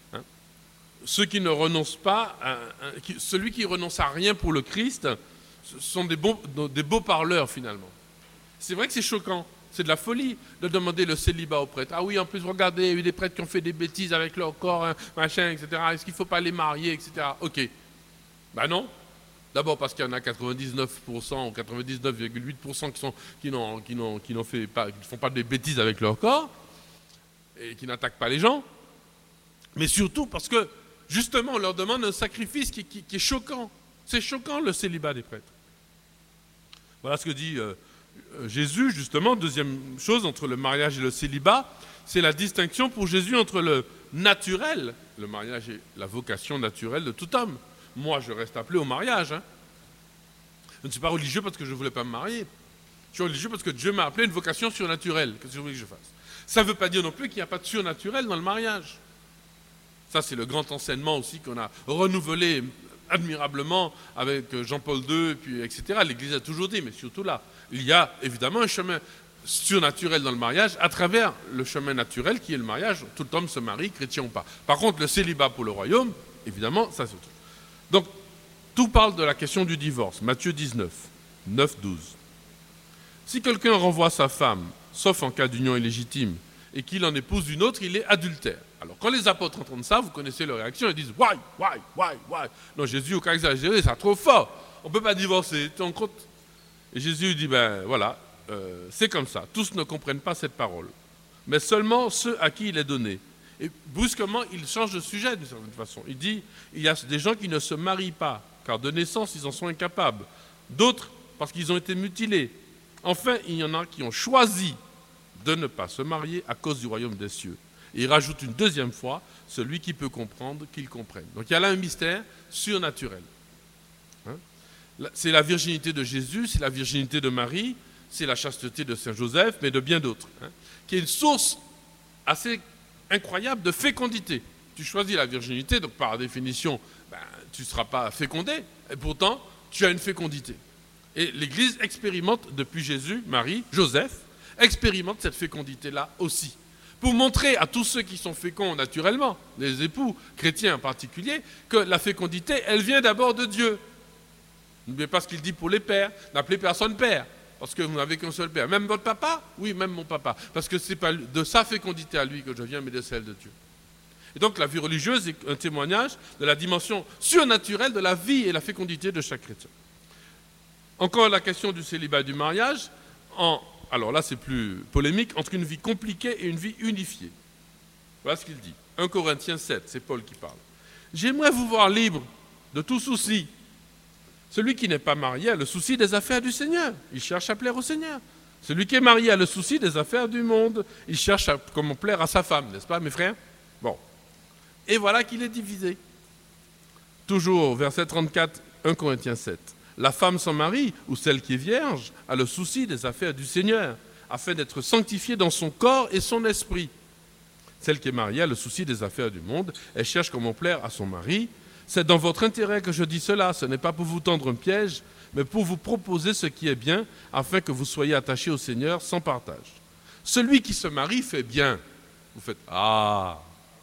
Ceux qui ne renoncent pas, celui qui renonce à rien pour le Christ, ce sont des beaux parleurs finalement. C'est vrai que c'est choquant, c'est de la folie de demander le célibat aux prêtres. Ah oui, en plus, regardez, il y a eu des prêtres qui ont fait des bêtises avec leur corps, machin, etc. Est-ce qu'il ne faut pas les marier, etc. Ok. Ben non. D'abord parce qu'il y en a 99% ou 99,8% qui ne font pas de bêtises avec leur corps et qui n'attaquent pas les gens. Mais surtout parce que, justement, on leur demande un sacrifice qui est choquant. C'est choquant, le célibat des prêtres. Voilà ce que dit Jésus, justement. Deuxième chose, entre le mariage et le célibat, c'est la distinction pour Jésus entre le naturel, le mariage et la vocation naturelle de tout homme. Moi, je reste appelé au mariage. Je ne suis pas religieux parce que je ne voulais pas me marier. Je suis religieux parce que Dieu m'a appelé à une vocation surnaturelle. Qu'est-ce que vous voulez que je fasse? Ça ne veut pas dire non plus qu'il n'y a pas de surnaturel dans le mariage. Ça, c'est le grand enseignement aussi qu'on a renouvelé admirablement avec Jean-Paul II, puis etc. L'Église a toujours dit, mais surtout là, il y a évidemment un chemin surnaturel dans le mariage à travers le chemin naturel qui est le mariage. Tout homme se marie, chrétien ou pas. Par contre, le célibat pour le royaume, évidemment, ça c'est autre chose. Donc, tout parle de la question du divorce. Matthieu 19, 9, 12. Si quelqu'un renvoie sa femme, sauf en cas d'union illégitime, et qu'il en épouse une autre, il est adultère. Alors, quand les apôtres entendent ça, vous connaissez leur réaction, ils disent « Why? Non, Jésus, au cas exagéré, c'est trop fort. On ne peut pas divorcer, tu te rends compte ?» Et Jésus dit « Ben voilà, c'est comme ça. Tous ne comprennent pas cette parole, mais seulement ceux à qui il est donné. » Et brusquement, il change de sujet d'une certaine façon. Il dit « Il y a des gens qui ne se marient pas, car de naissance, ils en sont incapables. D'autres, parce qu'ils ont été mutilés. Enfin, il y en a qui ont choisi de ne pas se marier à cause du royaume des cieux. » Et il rajoute une deuxième fois, celui qui peut comprendre, qu'il comprenne. Donc il y a là un mystère surnaturel. C'est la virginité de Jésus, c'est la virginité de Marie, c'est la chasteté de Saint Joseph, mais de bien d'autres, qui est une source assez incroyable de fécondité. Tu choisis la virginité, donc par définition, tu ne seras pas fécondé, et pourtant, tu as une fécondité. Et l'Église expérimente, depuis Jésus, Marie, Joseph, expérimente cette fécondité-là aussi, pour montrer à tous ceux qui sont féconds naturellement, les époux chrétiens en particulier, que la fécondité, elle vient d'abord de Dieu. N'oubliez pas ce qu'il dit pour les pères, n'appelez personne père, parce que vous n'avez qu'un seul père. Même votre papa? Oui, même mon papa, parce que ce n'est pas de sa fécondité à lui que je viens, mais de celle de Dieu. Et donc la vie religieuse est un témoignage de la dimension surnaturelle de la vie et la fécondité de chaque chrétien. Encore la question du célibat et du mariage, alors là c'est plus polémique, entre une vie compliquée et une vie unifiée. Voilà ce qu'il dit. 1 Corinthiens 7, c'est Paul qui parle. « J'aimerais vous voir libre de tout souci. Celui qui n'est pas marié a le souci des affaires du Seigneur. Il cherche à plaire au Seigneur. Celui qui est marié a le souci des affaires du monde. Il cherche à comment plaire à sa femme, n'est-ce pas mes frères? Bon. Et voilà qu'il est divisé. Toujours, verset 34, 1 Corinthiens 7. La femme sans mari, ou celle qui est vierge, a le souci des affaires du Seigneur, afin d'être sanctifiée dans son corps et son esprit. Celle qui est mariée a le souci des affaires du monde. Elle cherche comment plaire à son mari. C'est dans votre intérêt que je dis cela. Ce n'est pas pour vous tendre un piège, mais pour vous proposer ce qui est bien, afin que vous soyez attachés au Seigneur sans partage. Celui qui se marie fait bien. Vous faites « Ah !»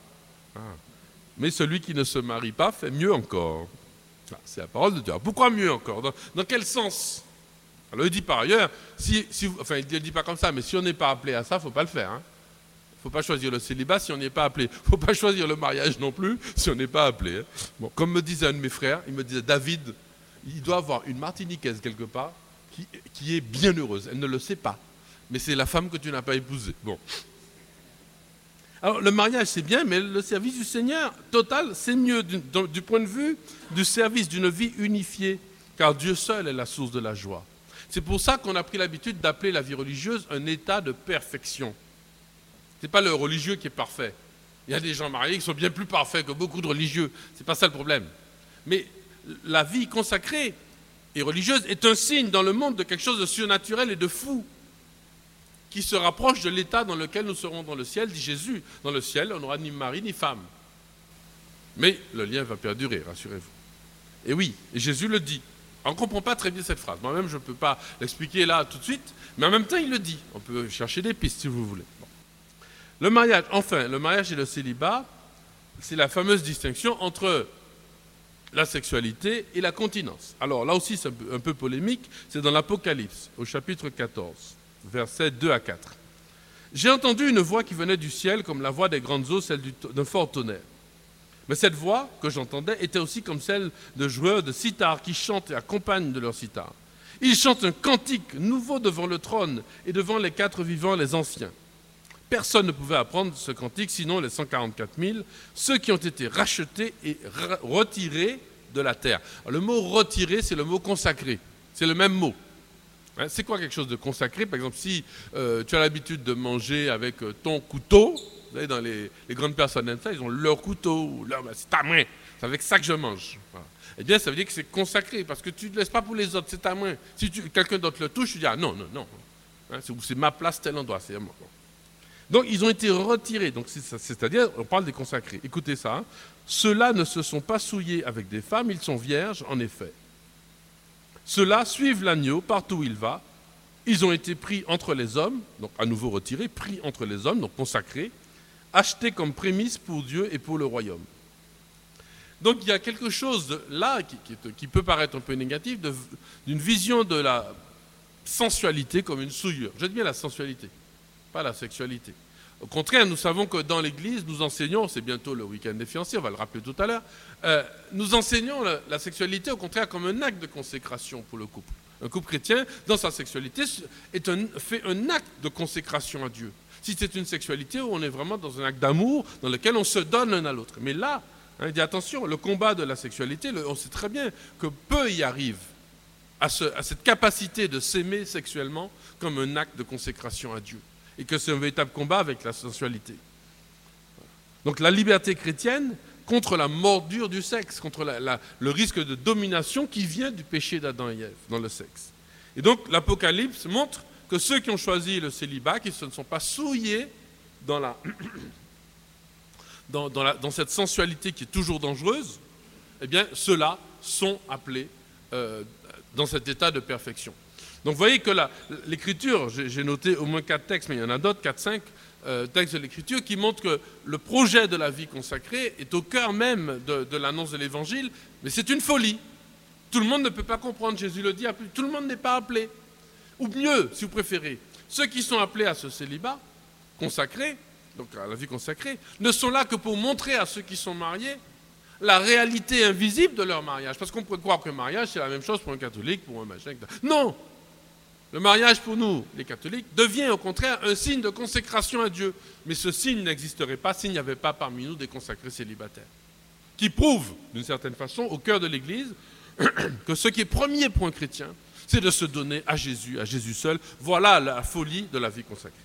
Mais celui qui ne se marie pas fait mieux encore. C'est la parole de Dieu. Pourquoi mieux encore? Dans quel sens? Alors il dit par ailleurs, il ne dit pas comme ça, mais si on n'est pas appelé à ça, il ne faut pas le faire. Il ne faut pas choisir le célibat si on n'y est pas appelé. Il ne faut pas choisir le mariage non plus si on n'est pas appelé. Bon, comme me disait un de mes frères, il me disait, David, il doit avoir une Martiniquaise quelque part qui est bien heureuse. Elle ne le sait pas, mais c'est la femme que tu n'as pas épousée. Bon. Alors le mariage c'est bien, mais le service du Seigneur total, c'est mieux du point de vue du service d'une vie unifiée, car Dieu seul est la source de la joie. C'est pour ça qu'on a pris l'habitude d'appeler la vie religieuse un état de perfection. Ce n'est pas le religieux qui est parfait. Il y a des gens mariés qui sont bien plus parfaits que beaucoup de religieux. Ce n'est pas ça le problème. Mais la vie consacrée et religieuse est un signe dans le monde de quelque chose de surnaturel et de fou, qui se rapproche de l'état dans lequel nous serons dans le ciel, dit Jésus. Dans le ciel, on n'aura ni mari ni femme. Mais le lien va perdurer, rassurez-vous. Et oui, et Jésus le dit. On ne comprend pas très bien cette phrase. Moi-même, je ne peux pas l'expliquer là tout de suite, mais en même temps, il le dit. On peut chercher des pistes si vous voulez. Bon. Le mariage, enfin, le mariage et le célibat, c'est la fameuse distinction entre la sexualité et la continence. Alors là aussi, c'est un peu polémique, c'est dans l'Apocalypse, au chapitre 14. Versets 2 à 4. J'ai entendu une voix qui venait du ciel comme la voix des grandes eaux, celle d'un fort tonnerre. Mais cette voix que j'entendais était aussi comme celle de joueurs de sitar qui chantent et accompagnent de leur sitar. Ils chantent un cantique nouveau devant le trône et devant les 4 vivants, les anciens. Personne ne pouvait apprendre ce cantique, sinon les 144 000, ceux qui ont été rachetés et retirés de la terre. Alors, le mot « retirer », c'est le mot « consacré ». C'est le même mot. C'est quoi quelque chose de consacré? Par exemple, si tu as l'habitude de manger avec ton couteau, vous savez, dans les grandes personnes comme ça, ils ont leur couteau, c'est ta main, c'est avec ça que je mange. Voilà. Eh bien, ça veut dire que c'est consacré, parce que tu ne le laisses pas pour les autres, c'est ta main. Si quelqu'un d'autre le touche, tu dis, ah non, c'est ma place, tel endroit, c'est à moi. Donc, ils ont été retirés, donc, c'est-à-dire, on parle des consacrés. Écoutez ça, ceux-là ne se sont pas souillés avec des femmes, ils sont vierges, en effet. Ceux-là suivent l'agneau partout où il va. Ils ont été pris entre les hommes, donc à nouveau retirés, pris entre les hommes, donc consacrés, achetés comme prémices pour Dieu et pour le royaume. Donc il y a quelque chose là qui peut paraître un peu négatif, d'une vision de la sensualité comme une souillure. Je dis bien la sensualité, pas la sexualité. Au contraire, nous savons que dans l'Église, nous enseignons, c'est bientôt le week-end des fiancés, on va le rappeler tout à l'heure, nous enseignons la sexualité au contraire comme un acte de consécration pour le couple. Un couple chrétien, dans sa sexualité, fait un acte de consécration à Dieu. Si c'est une sexualité où on est vraiment dans un acte d'amour, dans lequel on se donne l'un à l'autre. Mais là, il dit attention, le combat de la sexualité, on sait très bien que peu y arrivent à cette capacité de s'aimer sexuellement comme un acte de consécration à Dieu. Et que c'est un véritable combat avec la sensualité. Donc la liberté chrétienne contre la mordure du sexe, contre le risque de domination qui vient du péché d'Adam et Ève dans le sexe. Et donc l'Apocalypse montre que ceux qui ont choisi le célibat, qui ne sont pas souillés dans cette sensualité qui est toujours dangereuse, eh bien ceux-là sont appelés dans cet état de perfection. Donc vous voyez que l'Écriture, j'ai noté au moins 4 textes, mais il y en a d'autres, 4-5 textes de l'Écriture qui montrent que le projet de la vie consacrée est au cœur même de l'annonce de l'Évangile, mais c'est une folie. Tout le monde ne peut pas comprendre, Jésus le dit, tout le monde n'est pas appelé. Ou mieux, si vous préférez, ceux qui sont appelés à ce célibat consacré, donc à la vie consacrée, ne sont là que pour montrer à ceux qui sont mariés la réalité invisible de leur mariage. Parce qu'on pourrait croire que le mariage, c'est la même chose pour un catholique, pour un machin. Non! Le mariage pour nous, les catholiques, devient au contraire un signe de consécration à Dieu. Mais ce signe n'existerait pas s'il n'y avait pas parmi nous des consacrés célibataires. Qui prouvent, d'une certaine façon, au cœur de l'Église, que ce qui est premier pour un chrétien, c'est de se donner à Jésus seul. Voilà la folie de la vie consacrée.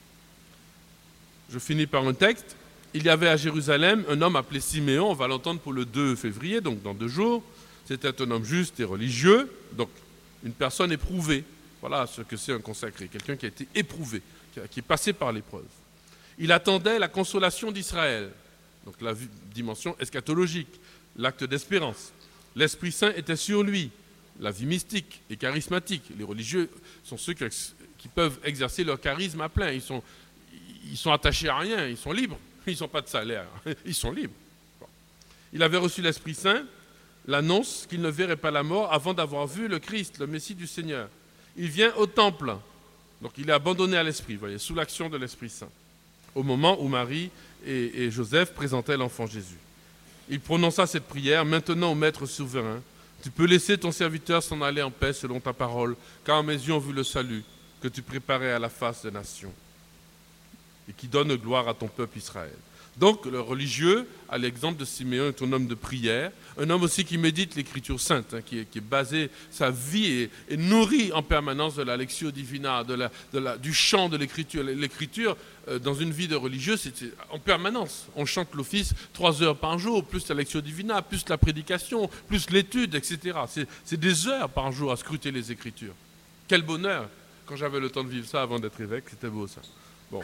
Je finis par un texte. Il y avait à Jérusalem un homme appelé Siméon, on va l'entendre pour le 2 février, donc dans 2 jours. C'était un homme juste et religieux, donc une personne éprouvée. Voilà ce que c'est un consacré, quelqu'un qui a été éprouvé, qui est passé par l'épreuve. Il attendait la consolation d'Israël, donc la dimension eschatologique, l'acte d'espérance. L'Esprit Saint était sur lui, la vie mystique et charismatique. Les religieux sont ceux qui peuvent exercer leur charisme à plein. Ils sont attachés à rien, ils sont libres. Ils n'ont pas de salaire, ils sont libres. Bon. Il avait reçu l'Esprit Saint, l'annonce qu'il ne verrait pas la mort avant d'avoir vu le Christ, le Messie du Seigneur. Il vient au temple, donc il est abandonné à l'Esprit, vous voyez, sous l'action de l'Esprit Saint, au moment où Marie et Joseph présentaient l'enfant Jésus. Il prononça cette prière, maintenant, ô Maître souverain, tu peux laisser ton serviteur s'en aller en paix selon ta parole, car mes yeux ont vu le salut que tu préparais à la face des nations et qui donne gloire à ton peuple Israël. Donc le religieux, à l'exemple de Siméon, est un homme de prière, un homme aussi qui médite l'Écriture sainte, qui est basé, sa vie est nourrie en permanence de la lectio divina, du chant de l'Écriture. L'Écriture, dans une vie de religieux, c'est en permanence. On chante l'office 3 heures par jour, plus la lectio divina, plus la prédication, plus l'étude, etc. C'est des heures par jour à scruter les Écritures. Quel bonheur! Quand j'avais le temps de vivre ça avant d'être évêque, c'était beau ça. Bon.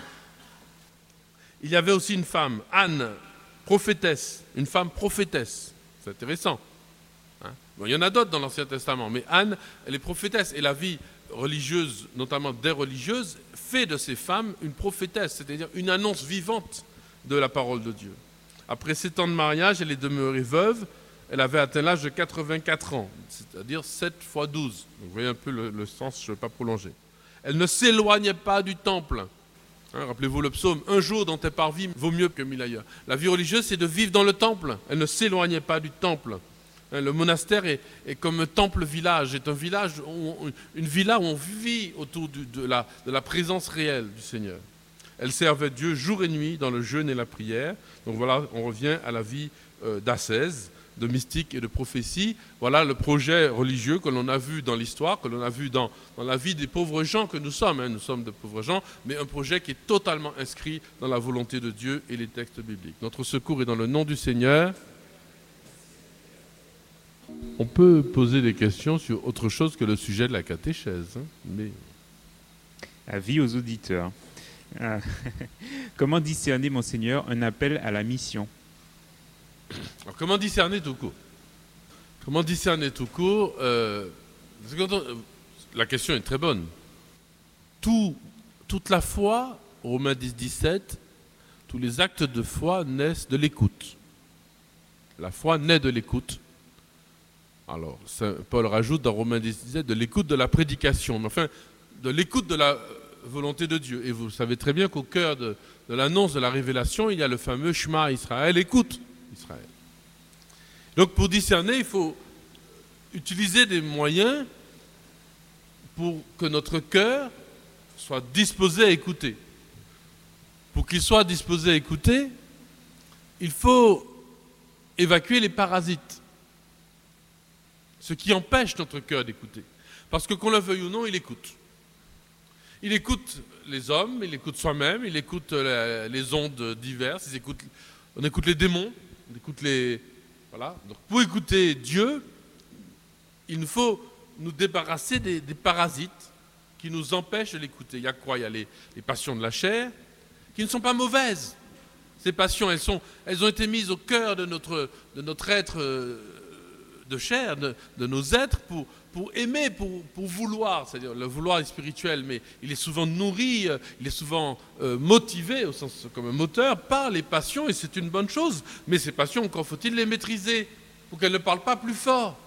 Il y avait aussi une femme, Anne, prophétesse, une femme prophétesse. C'est intéressant. Hein? Bon, il y en a d'autres dans l'Ancien Testament, mais Anne, elle est prophétesse. Et la vie religieuse, notamment des religieuses, fait de ces femmes une prophétesse, c'est-à-dire une annonce vivante de la parole de Dieu. Après 7 ans de mariage, elle est demeurée veuve. Elle avait atteint l'âge de 84 ans, c'est-à-dire 7 fois 12. Donc, vous voyez un peu le sens, je ne vais pas prolonger. Elle ne s'éloignait pas du temple. Rappelez-vous le psaume, un jour dans tes parvis vaut mieux que 1000 ailleurs. La vie religieuse, c'est de vivre dans le temple. Elle ne s'éloignait pas du temple. Le monastère est comme un temple-village, c'est un village, une villa où on vit autour de la présence réelle du Seigneur. Elle servait Dieu jour et nuit dans le jeûne et la prière. Donc voilà, on revient à la vie d'ascèse, de mystique et de prophétie. Voilà le projet religieux que l'on a vu dans l'histoire, que l'on a vu dans la vie des pauvres gens que nous sommes. Nous sommes de pauvres gens, mais un projet qui est totalement inscrit dans la volonté de Dieu et les textes bibliques. Notre secours est dans le nom du Seigneur. On peut poser des questions sur autre chose que le sujet de la catéchèse. Mais... Avis aux auditeurs. Comment discerner, Monseigneur, un appel à la mission ? Alors, comment discerner tout court ? Comment discerner tout court la question est très bonne. Toute la foi, Romains 10, 17, tous les actes de foi naissent de l'écoute. La foi naît de l'écoute. Alors, Paul rajoute dans Romains 17 de l'écoute de la prédication, mais enfin, de l'écoute de la volonté de Dieu. Et vous savez très bien qu'au cœur de l'annonce de la révélation, il y a le fameux Shema Israël, écoute Israël. Donc pour discerner, il faut utiliser des moyens pour que notre cœur soit disposé à écouter. Pour qu'il soit disposé à écouter, il faut évacuer les parasites, ce qui empêche notre cœur d'écouter. Parce que qu'on le veuille ou non, il écoute. Il écoute les hommes, il écoute soi-même, il écoute les ondes diverses, on écoute les démons, on écoute les... Voilà. Donc pour écouter Dieu, il nous faut nous débarrasser des parasites qui nous empêchent de l'écouter. Il y a quoi? Il y a les passions de la chair, qui ne sont pas mauvaises. Ces passions, elles ont été mises au cœur de notre être de chair, de nos êtres, pour aimer, pour vouloir. C'est-à-dire le vouloir est spirituel, mais il est souvent nourri, il est souvent motivé, au sens comme un moteur, par les passions, et c'est une bonne chose. Mais ces passions, encore faut-il les maîtriser, pour qu'elles ne parlent pas plus fort.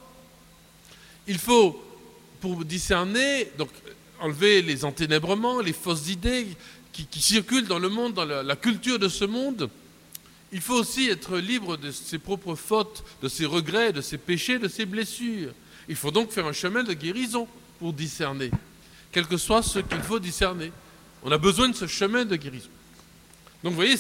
Il faut, pour discerner, donc enlever les enténèbrements, les fausses idées qui circulent dans le monde, dans la culture de ce monde. Il faut aussi être libre de ses propres fautes, de ses regrets, de ses péchés, de ses blessures. Il faut donc faire un chemin de guérison pour discerner, quel que soit ce qu'il faut discerner. On a besoin de ce chemin de guérison. Donc vous voyez,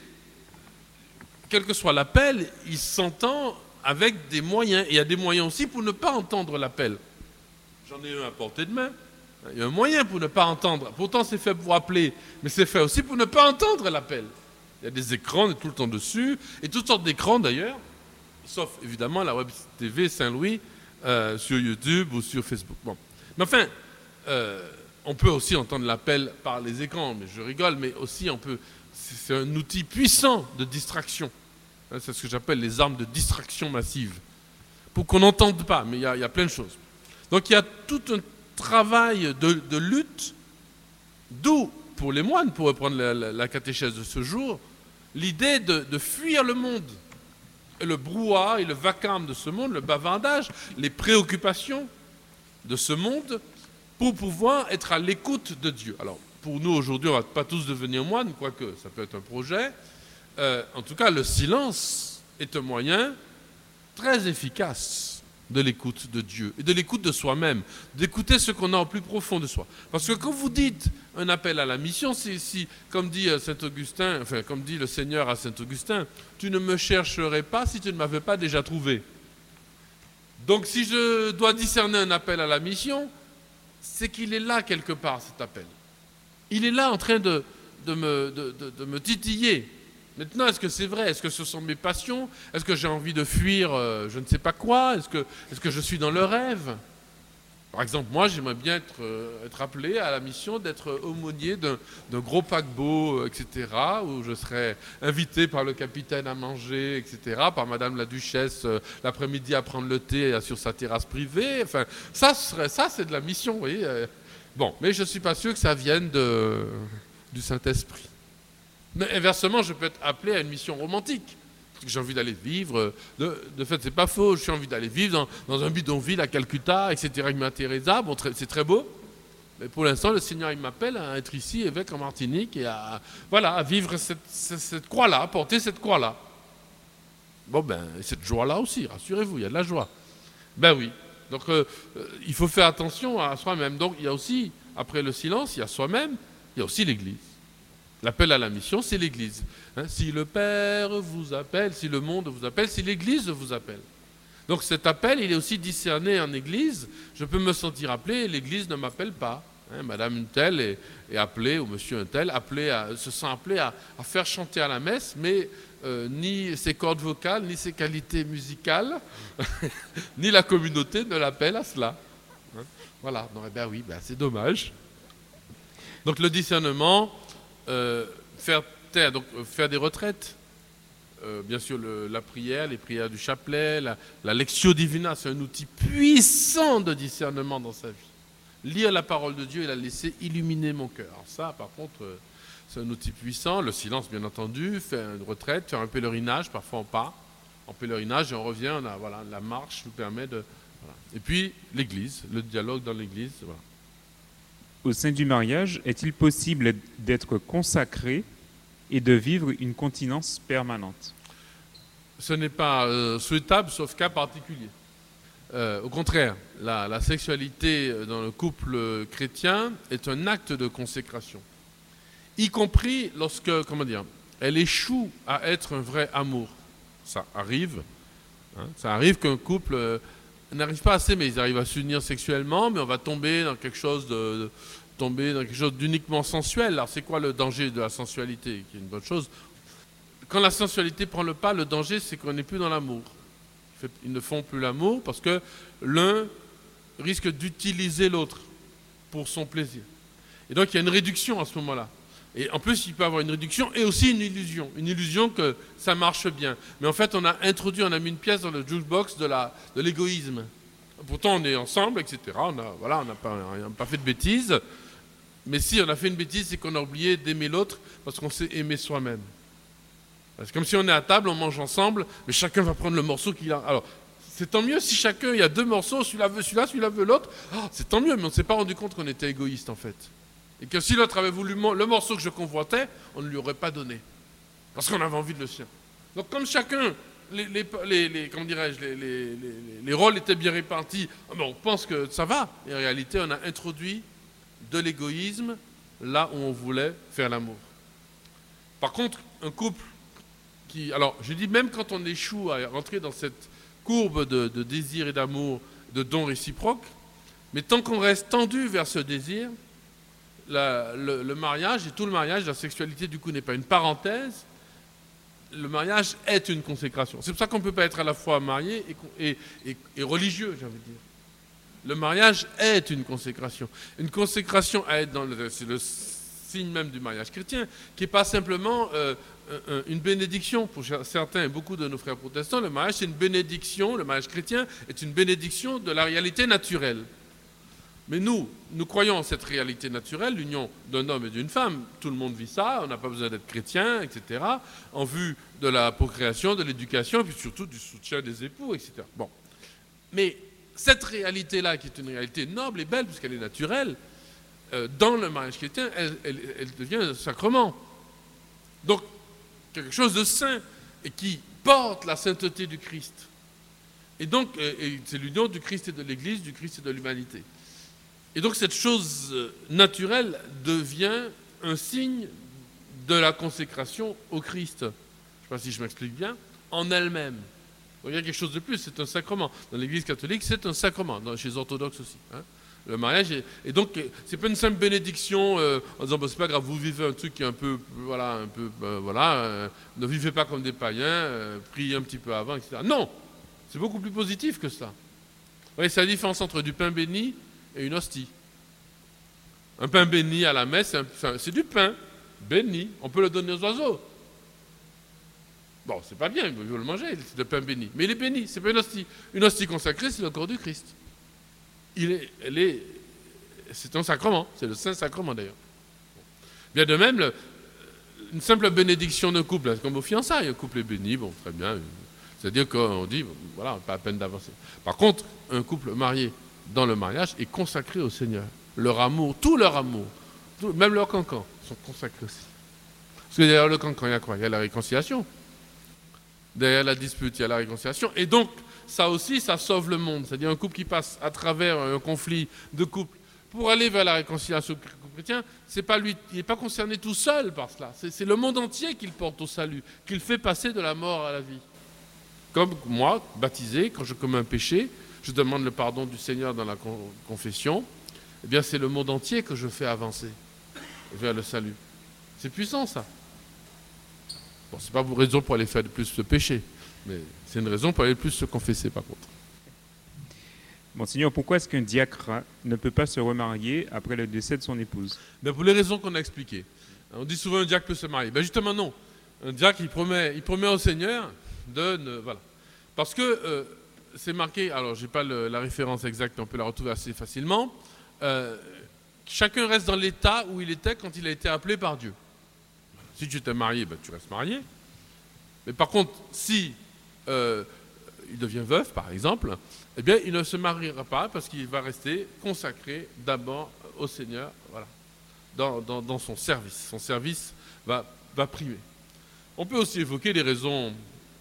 quel que soit l'appel, il s'entend avec des moyens. Et il y a des moyens aussi pour ne pas entendre l'appel. J'en ai un à portée de main. Il y a un moyen pour ne pas entendre. Pourtant, c'est fait pour appeler, mais c'est fait aussi pour ne pas entendre l'appel. Il y a des écrans, on est tout le temps dessus, et toutes sortes d'écrans d'ailleurs, sauf évidemment la Web TV Saint-Louis sur YouTube ou sur Facebook. Bon. Mais enfin, on peut aussi entendre l'appel par les écrans, mais je rigole, mais aussi c'est un outil puissant de distraction. C'est ce que j'appelle les armes de distraction massive. Pour qu'on n'entende pas, mais il y a plein de choses. Donc il y a tout un travail de lutte, d'où, pour les moines, pour reprendre la catéchèse de ce jour, l'idée de fuir le monde, et le brouhaha et le vacarme de ce monde, le bavardage, les préoccupations de ce monde, pour pouvoir être à l'écoute de Dieu. Alors, pour nous, aujourd'hui, on ne va pas tous devenir moines, quoique ça peut être un projet. En tout cas, le silence est un moyen très efficace de l'écoute de Dieu et de l'écoute de soi-même, d'écouter ce qu'on a au plus profond de soi. Parce que quand vous dites un appel à la mission, si comme dit Saint-Augustin, enfin comme dit le Seigneur à Saint-Augustin, tu ne me chercherais pas si tu ne m'avais pas déjà trouvé. Donc si je dois discerner un appel à la mission, c'est qu'il est là quelque part cet appel. Il est là en train de me titiller. Maintenant, est-ce que c'est vrai? Est-ce que ce sont mes passions? Est-ce que j'ai envie de fuir je ne sais pas quoi? Est-ce que je suis dans le rêve? Par exemple, moi, j'aimerais bien être appelé à la mission d'être aumônier d'un gros paquebot, etc., où je serais invité par le capitaine à manger, etc., par Madame la Duchesse l'après-midi à prendre le thé sur sa terrasse privée. Enfin, ça, c'est de la mission, vous voyez. Bon, mais je ne suis pas sûr que ça vienne du Saint-Esprit. Mais inversement, je peux être appelé à une mission romantique. Parce que j'ai envie d'aller vivre. De fait, c'est pas faux. J'ai envie d'aller vivre dans un bidonville à Calcutta, etc. avec Mère Teresa. Bon, c'est très beau. Mais pour l'instant, le Seigneur, il m'appelle à être ici, évêque en Martinique, et à vivre cette croix-là, à porter cette croix-là. Bon, ben, cette joie-là aussi, rassurez-vous, il y a de la joie. Ben oui. Donc, il faut faire attention à soi-même. Donc, il y a aussi, après le silence, il y a soi-même, il y a aussi l'Église. L'appel à la mission, c'est l'Église. Si le Père vous appelle, si le monde vous appelle, si l'Église vous appelle. Donc cet appel, il est aussi discerné en Église. Je peux me sentir appelé, l'Église ne m'appelle pas. Madame une telle est appelée, ou monsieur un tel, se sent appelé à faire chanter à la messe, mais ni ses cordes vocales, ni ses qualités musicales, ni la communauté ne l'appellent à cela. Voilà, non, ben oui, c'est dommage. Donc le discernement... faire des retraites, bien sûr la prière, les prières du chapelet, la lectio divina, c'est un outil puissant de discernement dans sa vie. Lire la parole de Dieu et la laisser illuminer mon cœur. Alors ça, par contre, c'est un outil puissant. Le silence, bien entendu, faire une retraite, faire un pèlerinage, parfois on part. en pèlerinage et on revient, la marche nous permet de... Voilà. Et puis l'Église, le dialogue dans l'Église. Voilà. Au sein du mariage, est-il possible d'être consacré et de vivre une continence permanente? Ce n'est pas souhaitable sauf cas particulier. Au contraire, la sexualité dans le couple chrétien est un acte de consécration, y compris lorsque, elle échoue à être un vrai amour. Ça arrive. Ça arrive qu'un couple n'arrive pas à s'aimer. Ils arrivent à s'unir sexuellement, mais on va tomber dans quelque chose d'uniquement sensuel. Alors c'est quoi le danger de la sensualité, qui est une bonne chose? Quand la sensualité prend le pas, le danger c'est qu'on n'est plus dans l'amour. Ils ne font plus l'amour parce que l'un risque d'utiliser l'autre pour son plaisir. Et donc il y a une réduction à ce moment-là. Et en plus, il peut y avoir une réduction et aussi une illusion que ça marche bien. Mais en fait, on a mis une pièce dans le jukebox de l'égoïsme. Pourtant, on est ensemble, etc. On n'a pas fait de bêtises. Mais si on a fait une bêtise, c'est qu'on a oublié d'aimer l'autre parce qu'on s'est aimé soi-même. C'est comme si on est à table, on mange ensemble, mais chacun va prendre le morceau qu'il a. Alors, c'est tant mieux si chacun, il y a 2 morceaux, celui-là veut celui-là, celui-là veut l'autre. Oh, c'est tant mieux, mais on ne s'est pas rendu compte qu'on était égoïste en fait. Et que si l'autre avait voulu le morceau que je convoitais, on ne lui aurait pas donné. Parce qu'on avait envie de le sien. Donc comme chacun, les rôles étaient bien répartis, on pense que ça va. Et en réalité, on a introduit de l'égoïsme là où on voulait faire l'amour. Par contre, un couple qui... Alors, je dis même quand on échoue à rentrer dans cette courbe de désir et d'amour, de dons réciproques, mais tant qu'on reste tendu vers ce désir, le mariage et tout le mariage, la sexualité du coup n'est pas une parenthèse, le mariage est une consécration. C'est pour ça qu'on ne peut pas être à la fois marié et religieux, j'ai envie de dire. Le mariage est une consécration. Une consécration à être c'est le signe même du mariage chrétien, qui n'est pas simplement une bénédiction. Pour certains et beaucoup de nos frères protestants, le mariage c'est une bénédiction, le mariage chrétien est une bénédiction de la réalité naturelle. Mais nous croyons en cette réalité naturelle, l'union d'un homme et d'une femme. Tout le monde vit ça, on n'a pas besoin d'être chrétien, etc. En vue de la procréation, de l'éducation, et puis surtout du soutien des époux, etc. Bon. Mais cette réalité-là, qui est une réalité noble et belle, puisqu'elle est naturelle, dans le mariage chrétien, elle devient un sacrement. Donc, quelque chose de saint, et qui porte la sainteté du Christ. Et donc, c'est l'union du Christ et de l'Église, du Christ et de l'humanité. Et donc cette chose naturelle devient un signe de la consécration au Christ. Je ne sais pas si je m'explique bien, en elle-même. Donc il y a quelque chose de plus, c'est un sacrement. Dans l'Église catholique, c'est un sacrement, chez les orthodoxes aussi. Le mariage, et donc c'est pas une simple bénédiction en disant c'est pas grave, vous vivez un truc qui est un peu, ne vivez pas comme des païens, priez un petit peu avant, etc. Non, c'est beaucoup plus positif que ça. Vous voyez, c'est la différence entre du pain béni et une hostie. Un pain béni à la messe, c'est du pain béni. On peut le donner aux oiseaux. Bon, c'est pas bien, ils veulent le manger, c'est le pain béni. Mais il est béni, c'est pas une hostie. Une hostie consacrée, c'est le corps du Christ. C'est un sacrement, c'est le Saint-Sacrement d'ailleurs. Bien de même, une simple bénédiction d'un couple, comme aux fiançailles, un couple est béni, bon, très bien. C'est-à-dire qu'on dit, voilà, pas à peine d'avancer. Par contre, un couple marié, dans le mariage, est consacré au Seigneur. Leur amour, tout leur amour, même leurs cancans, sont consacrés aussi. Parce que derrière le cancan, il y a quoi? Il y a la réconciliation. Derrière la dispute, il y a la réconciliation. Et donc, ça aussi, ça sauve le monde. C'est-à-dire un couple qui passe à travers un conflit de couple pour aller vers la réconciliation chrétienne, c'est pas lui, il n'est pas concerné tout seul par cela. C'est le monde entier qu'il porte au salut, qu'il fait passer de la mort à la vie. Comme moi, baptisé, quand je commets un péché, je demande le pardon du Seigneur dans la confession, eh bien c'est le monde entier que je fais avancer vers le salut. C'est puissant ça. Bon, c'est pas une raison pour aller faire plus de péché, mais c'est une raison pour aller plus se confesser par contre. Monseigneur, pourquoi est-ce qu'un diacre ne peut pas se remarier après le décès de son épouse? Ben pour les raisons qu'on a expliquées. On dit souvent un diacre peut se marier. Ben justement non. Un diacre il promet au Seigneur voilà. Parce que c'est marqué, alors je n'ai pas la référence exacte, on peut la retrouver assez facilement. Chacun reste dans l'état où il était quand il a été appelé par Dieu. Si tu t'es marié, ben, tu restes marié. Mais par contre, si il devient veuf, par exemple, eh bien, il ne se mariera pas parce qu'il va rester consacré d'abord au Seigneur, voilà, dans son service. Son service va primer. On peut aussi évoquer des raisons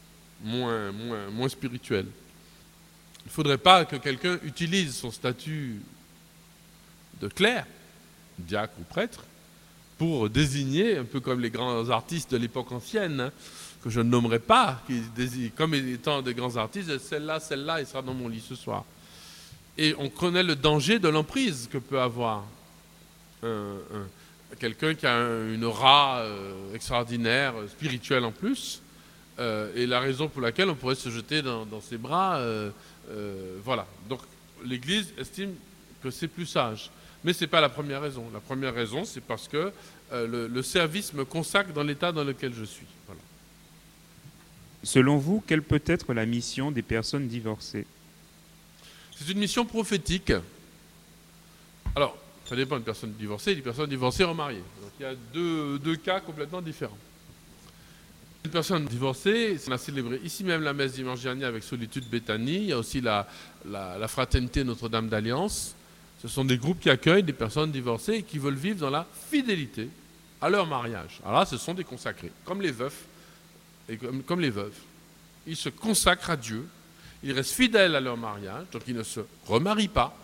moins spirituelles. Il ne faudrait pas que quelqu'un utilise son statut de clerc, diacre ou prêtre, pour désigner, un peu comme les grands artistes de l'époque ancienne, hein, que je ne nommerai pas, qui désignent comme étant des grands artistes, celle-là, il sera dans mon lit ce soir. Et on connaît le danger de l'emprise que peut avoir quelqu'un qui a une aura extraordinaire, spirituelle en plus, et la raison pour laquelle on pourrait se jeter dans ses bras. Voilà. Donc l'Église estime que c'est plus sage. Mais ce n'est pas la première raison. La première raison, c'est parce que le service me consacre dans l'état dans lequel je suis. Voilà. Selon vous, quelle peut être la mission des personnes divorcées? C'est une mission prophétique. Alors, ça dépend d'une personne divorcée et d'une personne divorcée remariée. Donc il y a deux cas complètement différents. Une personne divorcée, on a célébré ici même la messe dimanche dernier avec Solitude Béthanie. Il y a aussi la Fraternité Notre-Dame d'Alliance. Ce sont des groupes qui accueillent des personnes divorcées et qui veulent vivre dans la fidélité à leur mariage. Alors là, ce sont des consacrés, comme les veufs et comme les veuves. Ils se consacrent à Dieu, ils restent fidèles à leur mariage, donc ils ne se remarient pas.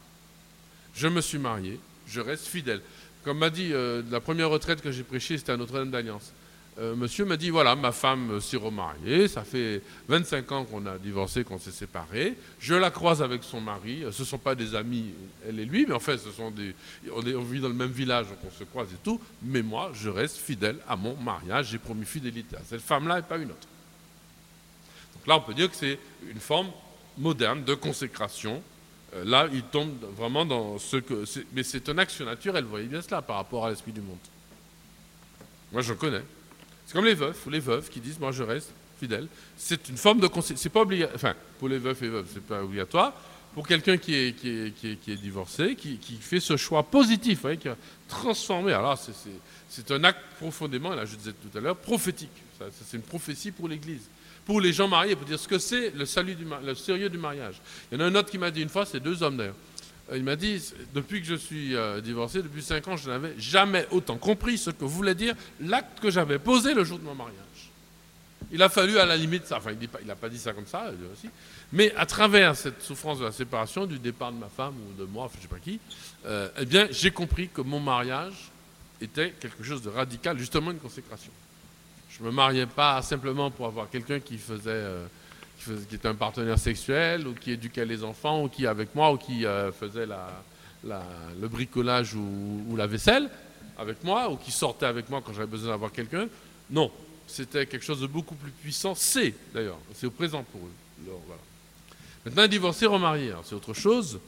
Je me suis marié, je reste fidèle. Comme m'a dit la première retraite que j'ai prêchée, c'était à Notre-Dame d'Alliance. Monsieur m'a dit, voilà, ma femme s'est remariée, ça fait 25 ans qu'on a divorcé, qu'on s'est séparés, je la croise avec son mari, ce ne sont pas des amis, elle et lui, mais en fait, on vit dans le même village, donc on se croise et tout, mais moi, je reste fidèle à mon mariage, j'ai promis fidélité à cette femme-là et pas une autre. Donc là, on peut dire que c'est une forme moderne de consécration. Là, il tombe vraiment dans ce que... Mais c'est un acte surnaturel, vous voyez bien cela, par rapport à l'esprit du monde. Moi, je connais. C'est comme les veufs ou les veuves qui disent « moi je reste fidèle ». C'est une forme de consécration. C'est pas obligatoire. Enfin, pour les veufs et veuves, c'est pas obligatoire. Pour quelqu'un qui est divorcé, qui fait ce choix positif, vous voyez, qui a transformé. Alors c'est un acte profondément, là je disais tout à l'heure, prophétique. C'est une prophétie pour l'Église. Pour les gens mariés, pour dire ce que c'est le sérieux du mariage. Il y en a un autre qui m'a dit une fois, c'est deux hommes d'ailleurs. Il m'a dit, depuis que je suis divorcé, depuis 5 ans, je n'avais jamais autant compris ce que voulait dire l'acte que j'avais posé le jour de mon mariage. Il a fallu à la limite ça, enfin il n'a pas dit ça comme ça, lui aussi, mais à travers cette souffrance de la séparation, du départ de ma femme ou de moi, enfin, je ne sais pas qui, eh bien j'ai compris que mon mariage était quelque chose de radical, justement une consécration. Je ne me mariais pas simplement pour avoir quelqu'un qui était un partenaire sexuel, ou qui éduquait les enfants, ou qui avec moi, ou qui faisait le bricolage ou la vaisselle avec moi, ou qui sortait avec moi quand j'avais besoin d'avoir quelqu'un. Non, c'était quelque chose de beaucoup plus puissant. C'est d'ailleurs, c'est au présent pour eux. Alors, voilà. Maintenant, divorcés, remariés, c'est autre chose.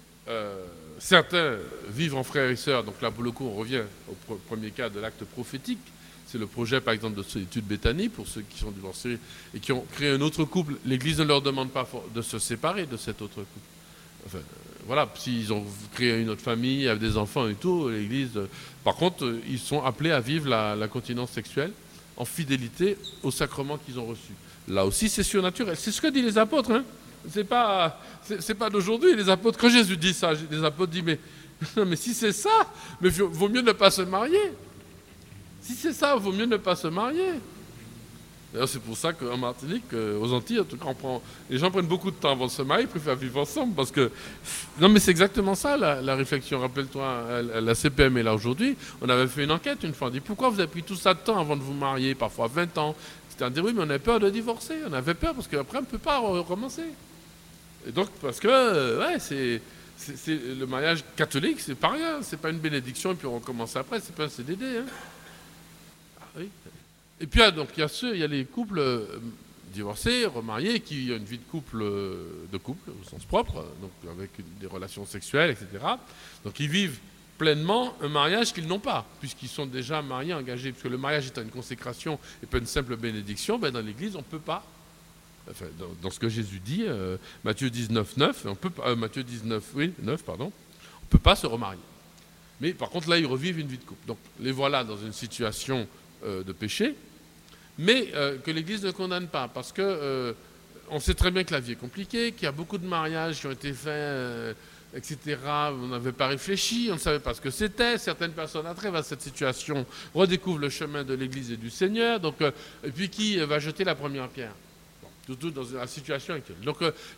Certains vivent en frères et sœurs, donc là pour le coup on revient au premier cas de l'acte prophétique. C'est le projet, par exemple, de Solitude Béthanie, pour ceux qui sont divorcés et qui ont créé un autre couple. L'Église ne leur demande pas de se séparer de cet autre couple. Enfin, voilà, s'ils ont créé une autre famille, avec des enfants et tout, l'Église... Par contre, ils sont appelés à vivre la continence sexuelle en fidélité au sacrement qu'ils ont reçu. Là aussi, c'est surnaturel. C'est ce que disent les apôtres. Hein. C'est pas d'aujourd'hui. Les apôtres, quand Jésus dit ça, les apôtres disent, mais si c'est ça, mais vaut mieux ne pas se marier. Si c'est ça, il vaut mieux ne pas se marier. D'ailleurs, c'est pour ça qu'en Martinique, aux Antilles, en tout cas, les gens prennent beaucoup de temps avant de se marier, ils préfèrent vivre ensemble. Parce que... Non, mais c'est exactement ça, la réflexion. Rappelle-toi, la CPM est là aujourd'hui. On avait fait une enquête une fois. On dit, pourquoi vous avez pris tout ça de temps avant de vous marier, parfois 20 ans? C'était à dire, oui, mais on avait peur de divorcer. On avait peur parce qu'après, on ne peut pas recommencer. Et donc, parce que, c'est le mariage catholique, c'est pas rien. C'est pas une bénédiction et puis on recommence après. C'est pas un CDD, hein. Oui. Et puis il y a les couples divorcés, remariés, qui ont une vie de couple au sens propre, donc avec des relations sexuelles, etc. Donc ils vivent pleinement un mariage qu'ils n'ont pas, puisqu'ils sont déjà mariés, engagés. Parce que le mariage étant une consécration et pas une simple bénédiction, dans l'Église, on ne peut pas, enfin, dans ce que Jésus dit, Matthieu 19, 9, Matthieu 19, 9, pardon, on ne peut pas se remarier. Mais par contre, là, ils revivent une vie de couple. Donc les voilà dans une situation de péché, mais que l'Église ne condamne pas, parce que on sait très bien que la vie est compliquée, qu'il y a beaucoup de mariages qui ont été faits, etc. On n'avait pas réfléchi, on ne savait pas ce que c'était. Certaines personnes à travers cette situation redécouvrent le chemin de l'Église et du Seigneur. Donc, et puis qui va jeter la première pierre? Surtout dans la situation actuelle. Donc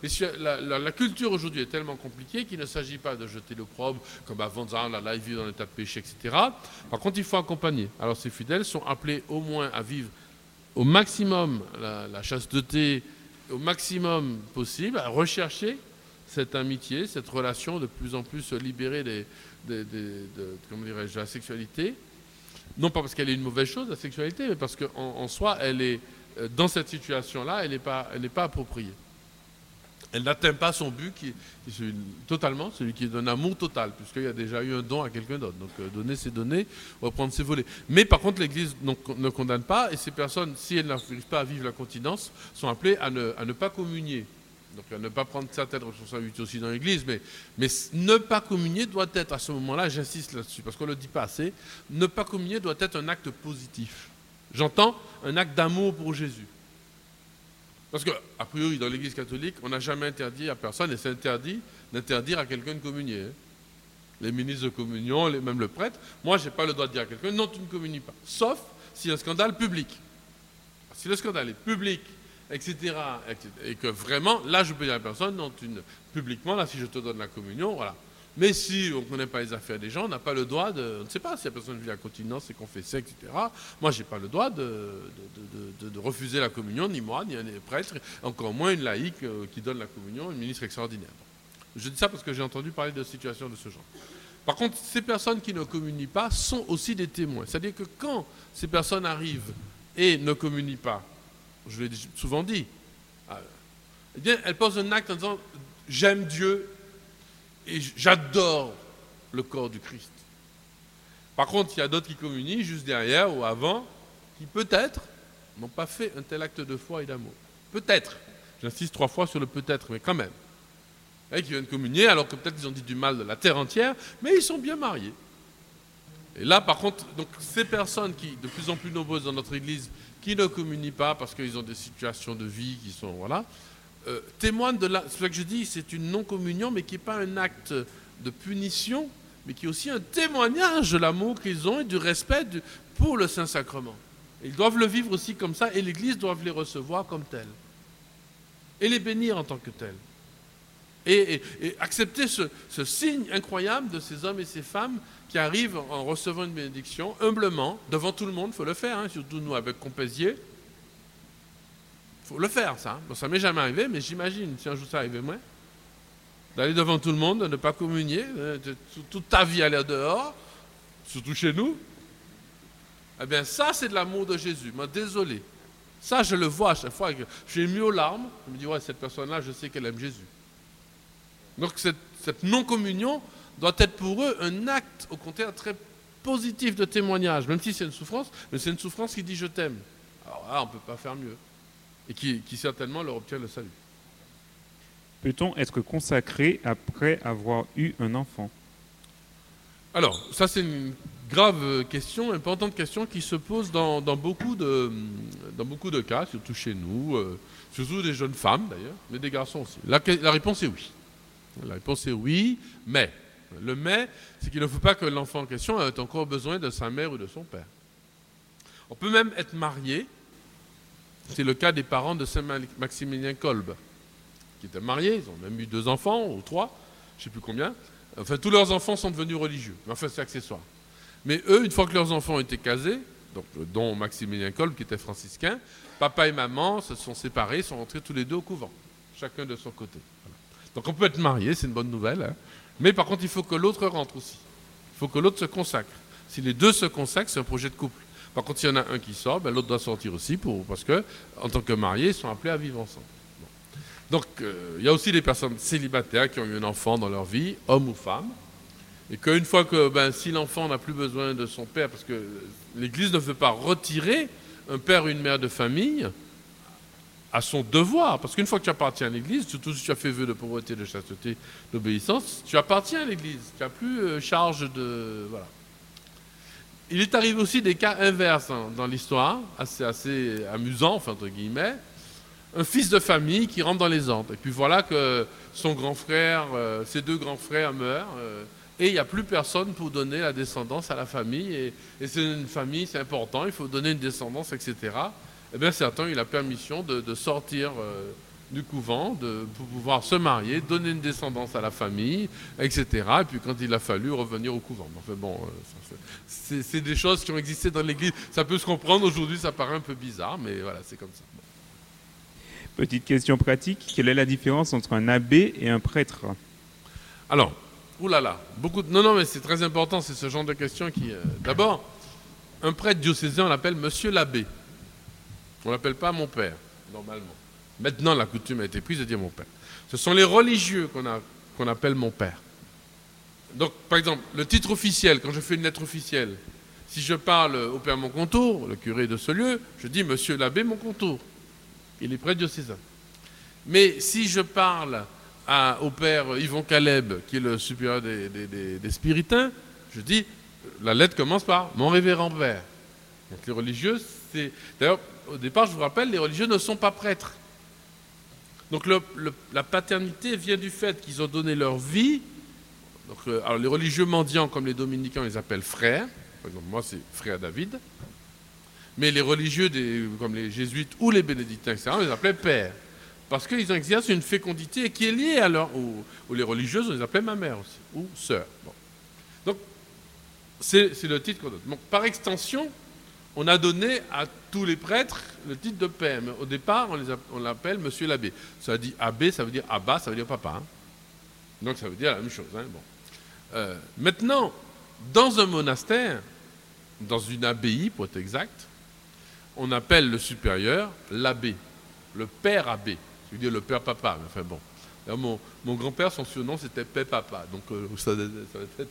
la culture aujourd'hui est tellement compliquée qu'il ne s'agit pas de jeter l'opprobre comme avant, là, ils vivent dans l'état de péché, etc. Par contre, il faut accompagner. Alors ces fidèles sont appelés au moins à vivre au maximum la chasteté, au maximum possible, à rechercher cette amitié, cette relation de plus en plus libérée comment dirais-je, de la sexualité. Non pas parce qu'elle est une mauvaise chose, la sexualité, mais parce qu'en soi, elle est... Dans cette situation-là, elle n'est pas appropriée. Elle n'atteint pas son but qui est totalement, celui qui est d'un amour total, puisqu'il y a déjà eu un don à quelqu'un d'autre. Donc donner, c'est donner, reprendre, c'est voler. Mais par contre, l'Église ne condamne pas, et ces personnes, si elles n'arrivent pas à vivre la continence, sont appelées à ne pas communier. Donc à ne pas prendre certaines responsabilités aussi dans l'Église, mais ne pas communier doit être, à ce moment-là, j'insiste là-dessus, parce qu'on ne le dit pas assez, ne pas communier doit être un acte positif. J'entends un acte d'amour pour Jésus. Parce que, a priori, dans l'Église catholique, on n'a jamais interdit à personne, et c'est interdit d'interdire à quelqu'un de communier. Hein. Les ministres de communion, même le prêtre, moi, je n'ai pas le droit de dire à quelqu'un, non, tu ne communies pas. Sauf si un scandale public. Si le scandale est public, etc., et que vraiment, là, je peux dire à la personne, non, publiquement, là, si je te donne la communion, voilà. Mais si on ne connaît pas les affaires des gens, on n'a pas le droit de... On ne sait pas si la personne vit la continence, c'est confessé, etc. Moi, je n'ai pas le droit de refuser la communion, ni moi, ni un prêtre, encore moins une laïque qui donne la communion, une ministre extraordinaire. Je dis ça parce que j'ai entendu parler de situations de ce genre. Par contre, ces personnes qui ne communient pas sont aussi des témoins. C'est-à-dire que quand ces personnes arrivent et ne communient pas, je l'ai souvent dit, eh bien, elles posent un acte en disant « j'aime Dieu ». Et j'adore le corps du Christ. Par contre, il y a d'autres qui communient juste derrière ou avant, qui peut-être n'ont pas fait un tel acte de foi et d'amour. Peut-être. J'insiste 3 fois sur le peut-être, mais quand même. Et qui viennent communier alors que peut-être ils ont dit du mal de la terre entière, mais ils sont bien mariés. Et là, par contre, donc, ces personnes qui, de plus en plus nombreuses dans notre Église, qui ne communient pas parce qu'ils ont des situations de vie qui sont... Voilà, témoignent de la... C'est ça que je dis, c'est une non-communion, mais qui n'est pas un acte de punition, mais qui est aussi un témoignage de l'amour qu'ils ont et du respect pour le Saint-Sacrement. Ils doivent le vivre aussi comme ça, et l'Église doit les recevoir comme tels. Et les bénir en tant que tels. Et accepter ce signe incroyable de ces hommes et ces femmes qui arrivent en recevant une bénédiction, humblement, devant tout le monde, il faut le faire, hein, surtout nous avec Compézier. Il faut le faire, ça. Bon, ça ne m'est jamais arrivé, mais j'imagine, si un jour ça arrivait moi, d'aller devant tout le monde, de ne pas communier, toute ta vie aller dehors, surtout chez nous. Eh bien, ça, c'est de l'amour de Jésus. Moi, désolé. Ça, je le vois à chaque fois. Je suis ému aux larmes. Je me dis, ouais, cette personne-là, je sais qu'elle aime Jésus. Donc, cette non-communion doit être pour eux un acte, au contraire, très positif de témoignage, même si c'est une souffrance, mais c'est une souffrance qui dit « je t'aime ». Alors là, on ne peut pas faire mieux. Et qui certainement leur obtient le salut. Peut-on être consacré après avoir eu un enfant? Alors, ça c'est une grave question, importante question qui se pose dans beaucoup de cas, surtout chez nous, surtout des jeunes femmes d'ailleurs, mais des garçons aussi. La réponse est oui. La réponse est oui, mais. Le mais, c'est qu'il ne faut pas que l'enfant en question ait encore besoin de sa mère ou de son père. On peut même être marié. C'est le cas des parents de Saint-Maximilien Kolbe, qui étaient mariés, ils ont même eu 2 enfants, ou 3, je ne sais plus combien. Enfin, tous leurs enfants sont devenus religieux, mais enfin, c'est accessoire. Mais eux, une fois que leurs enfants ont été casés, donc, dont Maximilien Kolbe, qui était franciscain, papa et maman se sont séparés, sont rentrés tous les 2 au couvent, chacun de son côté. Voilà. Donc on peut être marié, c'est une bonne nouvelle, hein. Mais par contre, il faut que l'autre rentre aussi. Il faut que l'autre se consacre. Si les 2 se consacrent, c'est un projet de couple. Par contre, s'il y en a un qui sort, ben, l'autre doit sortir aussi, parce que, en tant que mariés, ils sont appelés à vivre ensemble. Bon. Donc, il y a aussi des personnes célibataires qui ont eu un enfant dans leur vie, homme ou femme, et qu'une fois que, si l'enfant n'a plus besoin de son père, parce que l'Église ne veut pas retirer un père ou une mère de famille à son devoir, parce qu'une fois que tu appartiens à l'Église, surtout si tu as fait vœu de pauvreté, de chasteté, d'obéissance, tu appartiens à l'Église, tu n'as plus charge de... Voilà. Il est arrivé aussi des cas inverses dans l'histoire, assez amusant, enfin, entre guillemets. Un fils de famille qui rentre dans les ordres. Et puis voilà que son grand frère, ses deux grands frères meurent, et il n'y a plus personne pour donner la descendance à la famille. Et c'est une famille, c'est important, il faut donner une descendance, etc. Eh bien, certains, il a permission de sortir du couvent, pour pouvoir se marier, donner une descendance à la famille, etc. Et puis quand il a fallu revenir au couvent. Enfin bon, c'est des choses qui ont existé dans l'Église. Ça peut se comprendre, aujourd'hui ça paraît un peu bizarre, mais voilà, c'est comme ça. Petite question pratique, quelle est la différence entre un abbé et un prêtre? Alors, oulala, non, mais c'est très important, c'est ce genre de questions qui... D'abord, un prêtre diocésain, on l'appelle monsieur l'abbé. On ne l'appelle pas mon père, normalement. Maintenant, la coutume a été prise de dire mon père. Ce sont les religieux qu'on appelle mon père. Donc, par exemple, le titre officiel, quand je fais une lettre officielle, si je parle au père Moncontour, le curé de ce lieu, je dis monsieur l'abbé Moncontour. Il est prêtre diocésain. Mais si je parle au père Yvon Caleb, qui est le supérieur des spiritains, je dis, la lettre commence par mon révérend père. Donc les religieux, c'est... D'ailleurs, au départ, je vous rappelle, les religieux ne sont pas prêtres. Donc la paternité vient du fait qu'ils ont donné leur vie. Donc, alors les religieux mendiants, comme les dominicains, on les appelle frères. Par exemple, moi, c'est frère David. Mais les religieux, comme les jésuites ou les bénédictins, etc., on les appelait pères. Parce qu'ils exercent une fécondité qui est liée à leur... Ou les religieuses, on les appelait ma mère aussi, ou sœur. Bon. Donc, c'est le titre qu'on donne. Donc, par extension, on a donné à tous les prêtres le titre de père. Mais au départ, on l'appelle monsieur l'abbé. Ça dit abbé, ça veut dire abba, ça veut dire papa. Hein. Donc, ça veut dire la même chose. Hein. Bon. Maintenant, dans un monastère, dans une abbaye, pour être exact, on appelle le supérieur l'abbé, le père abbé, je veux dire le père papa. Mais enfin bon, alors, mon grand-père, son surnom c'était Père Papa, donc ça va être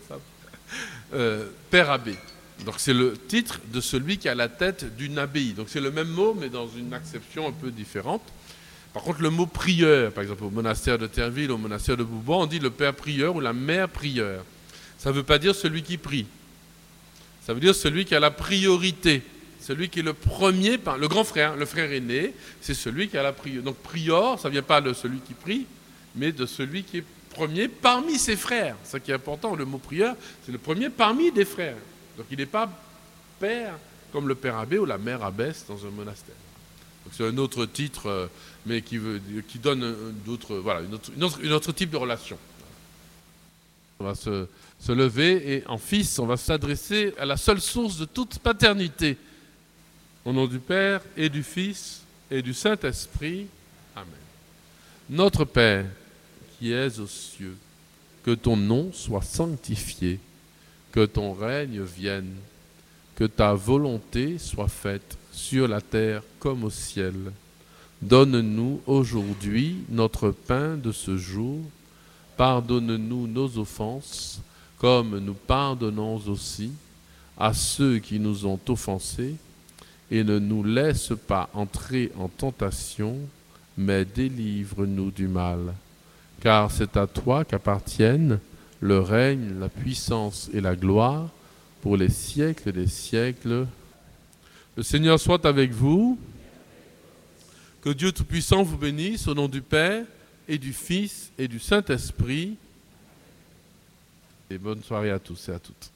ça. Père abbé. Donc c'est le titre de celui qui est à la tête d'une abbaye. Donc c'est le même mot, mais dans une acception un peu différente. Par contre, le mot prieur, par exemple au monastère de Terreville, au monastère de Boubon, on dit le père prieur ou la mère prieur. Ça ne veut pas dire celui qui prie. Ça veut dire celui qui a la priorité. Celui qui est le premier, le grand frère, le frère aîné, c'est celui qui a la prière. Donc prior, ça ne vient pas de celui qui prie, mais de celui qui est premier parmi ses frères. Ce qui est important, le mot prieur, c'est le premier parmi des frères. Donc il n'est pas père comme le père abbé ou la mère abbesse dans un monastère. Donc c'est un autre titre, mais qui donne voilà, une autre type de relation. On va se lever et en fils, on va s'adresser à la seule source de toute paternité. Au nom du Père et du Fils et du Saint-Esprit. Amen. Notre Père, qui es aux cieux, que ton nom soit sanctifié, que ton règne vienne, que ta volonté soit faite sur la terre comme au ciel. Donne-nous aujourd'hui notre pain de ce jour. Pardonne-nous nos offenses, comme nous pardonnons aussi à ceux qui nous ont offensés. Et ne nous laisse pas entrer en tentation, mais délivre-nous du mal. Car c'est à toi qu'appartiennent le règne, la puissance et la gloire pour les siècles des siècles. Le Seigneur soit avec vous. Que Dieu Tout-Puissant vous bénisse au nom du Père et du Fils et du Saint-Esprit. Et bonne soirée à tous et à toutes.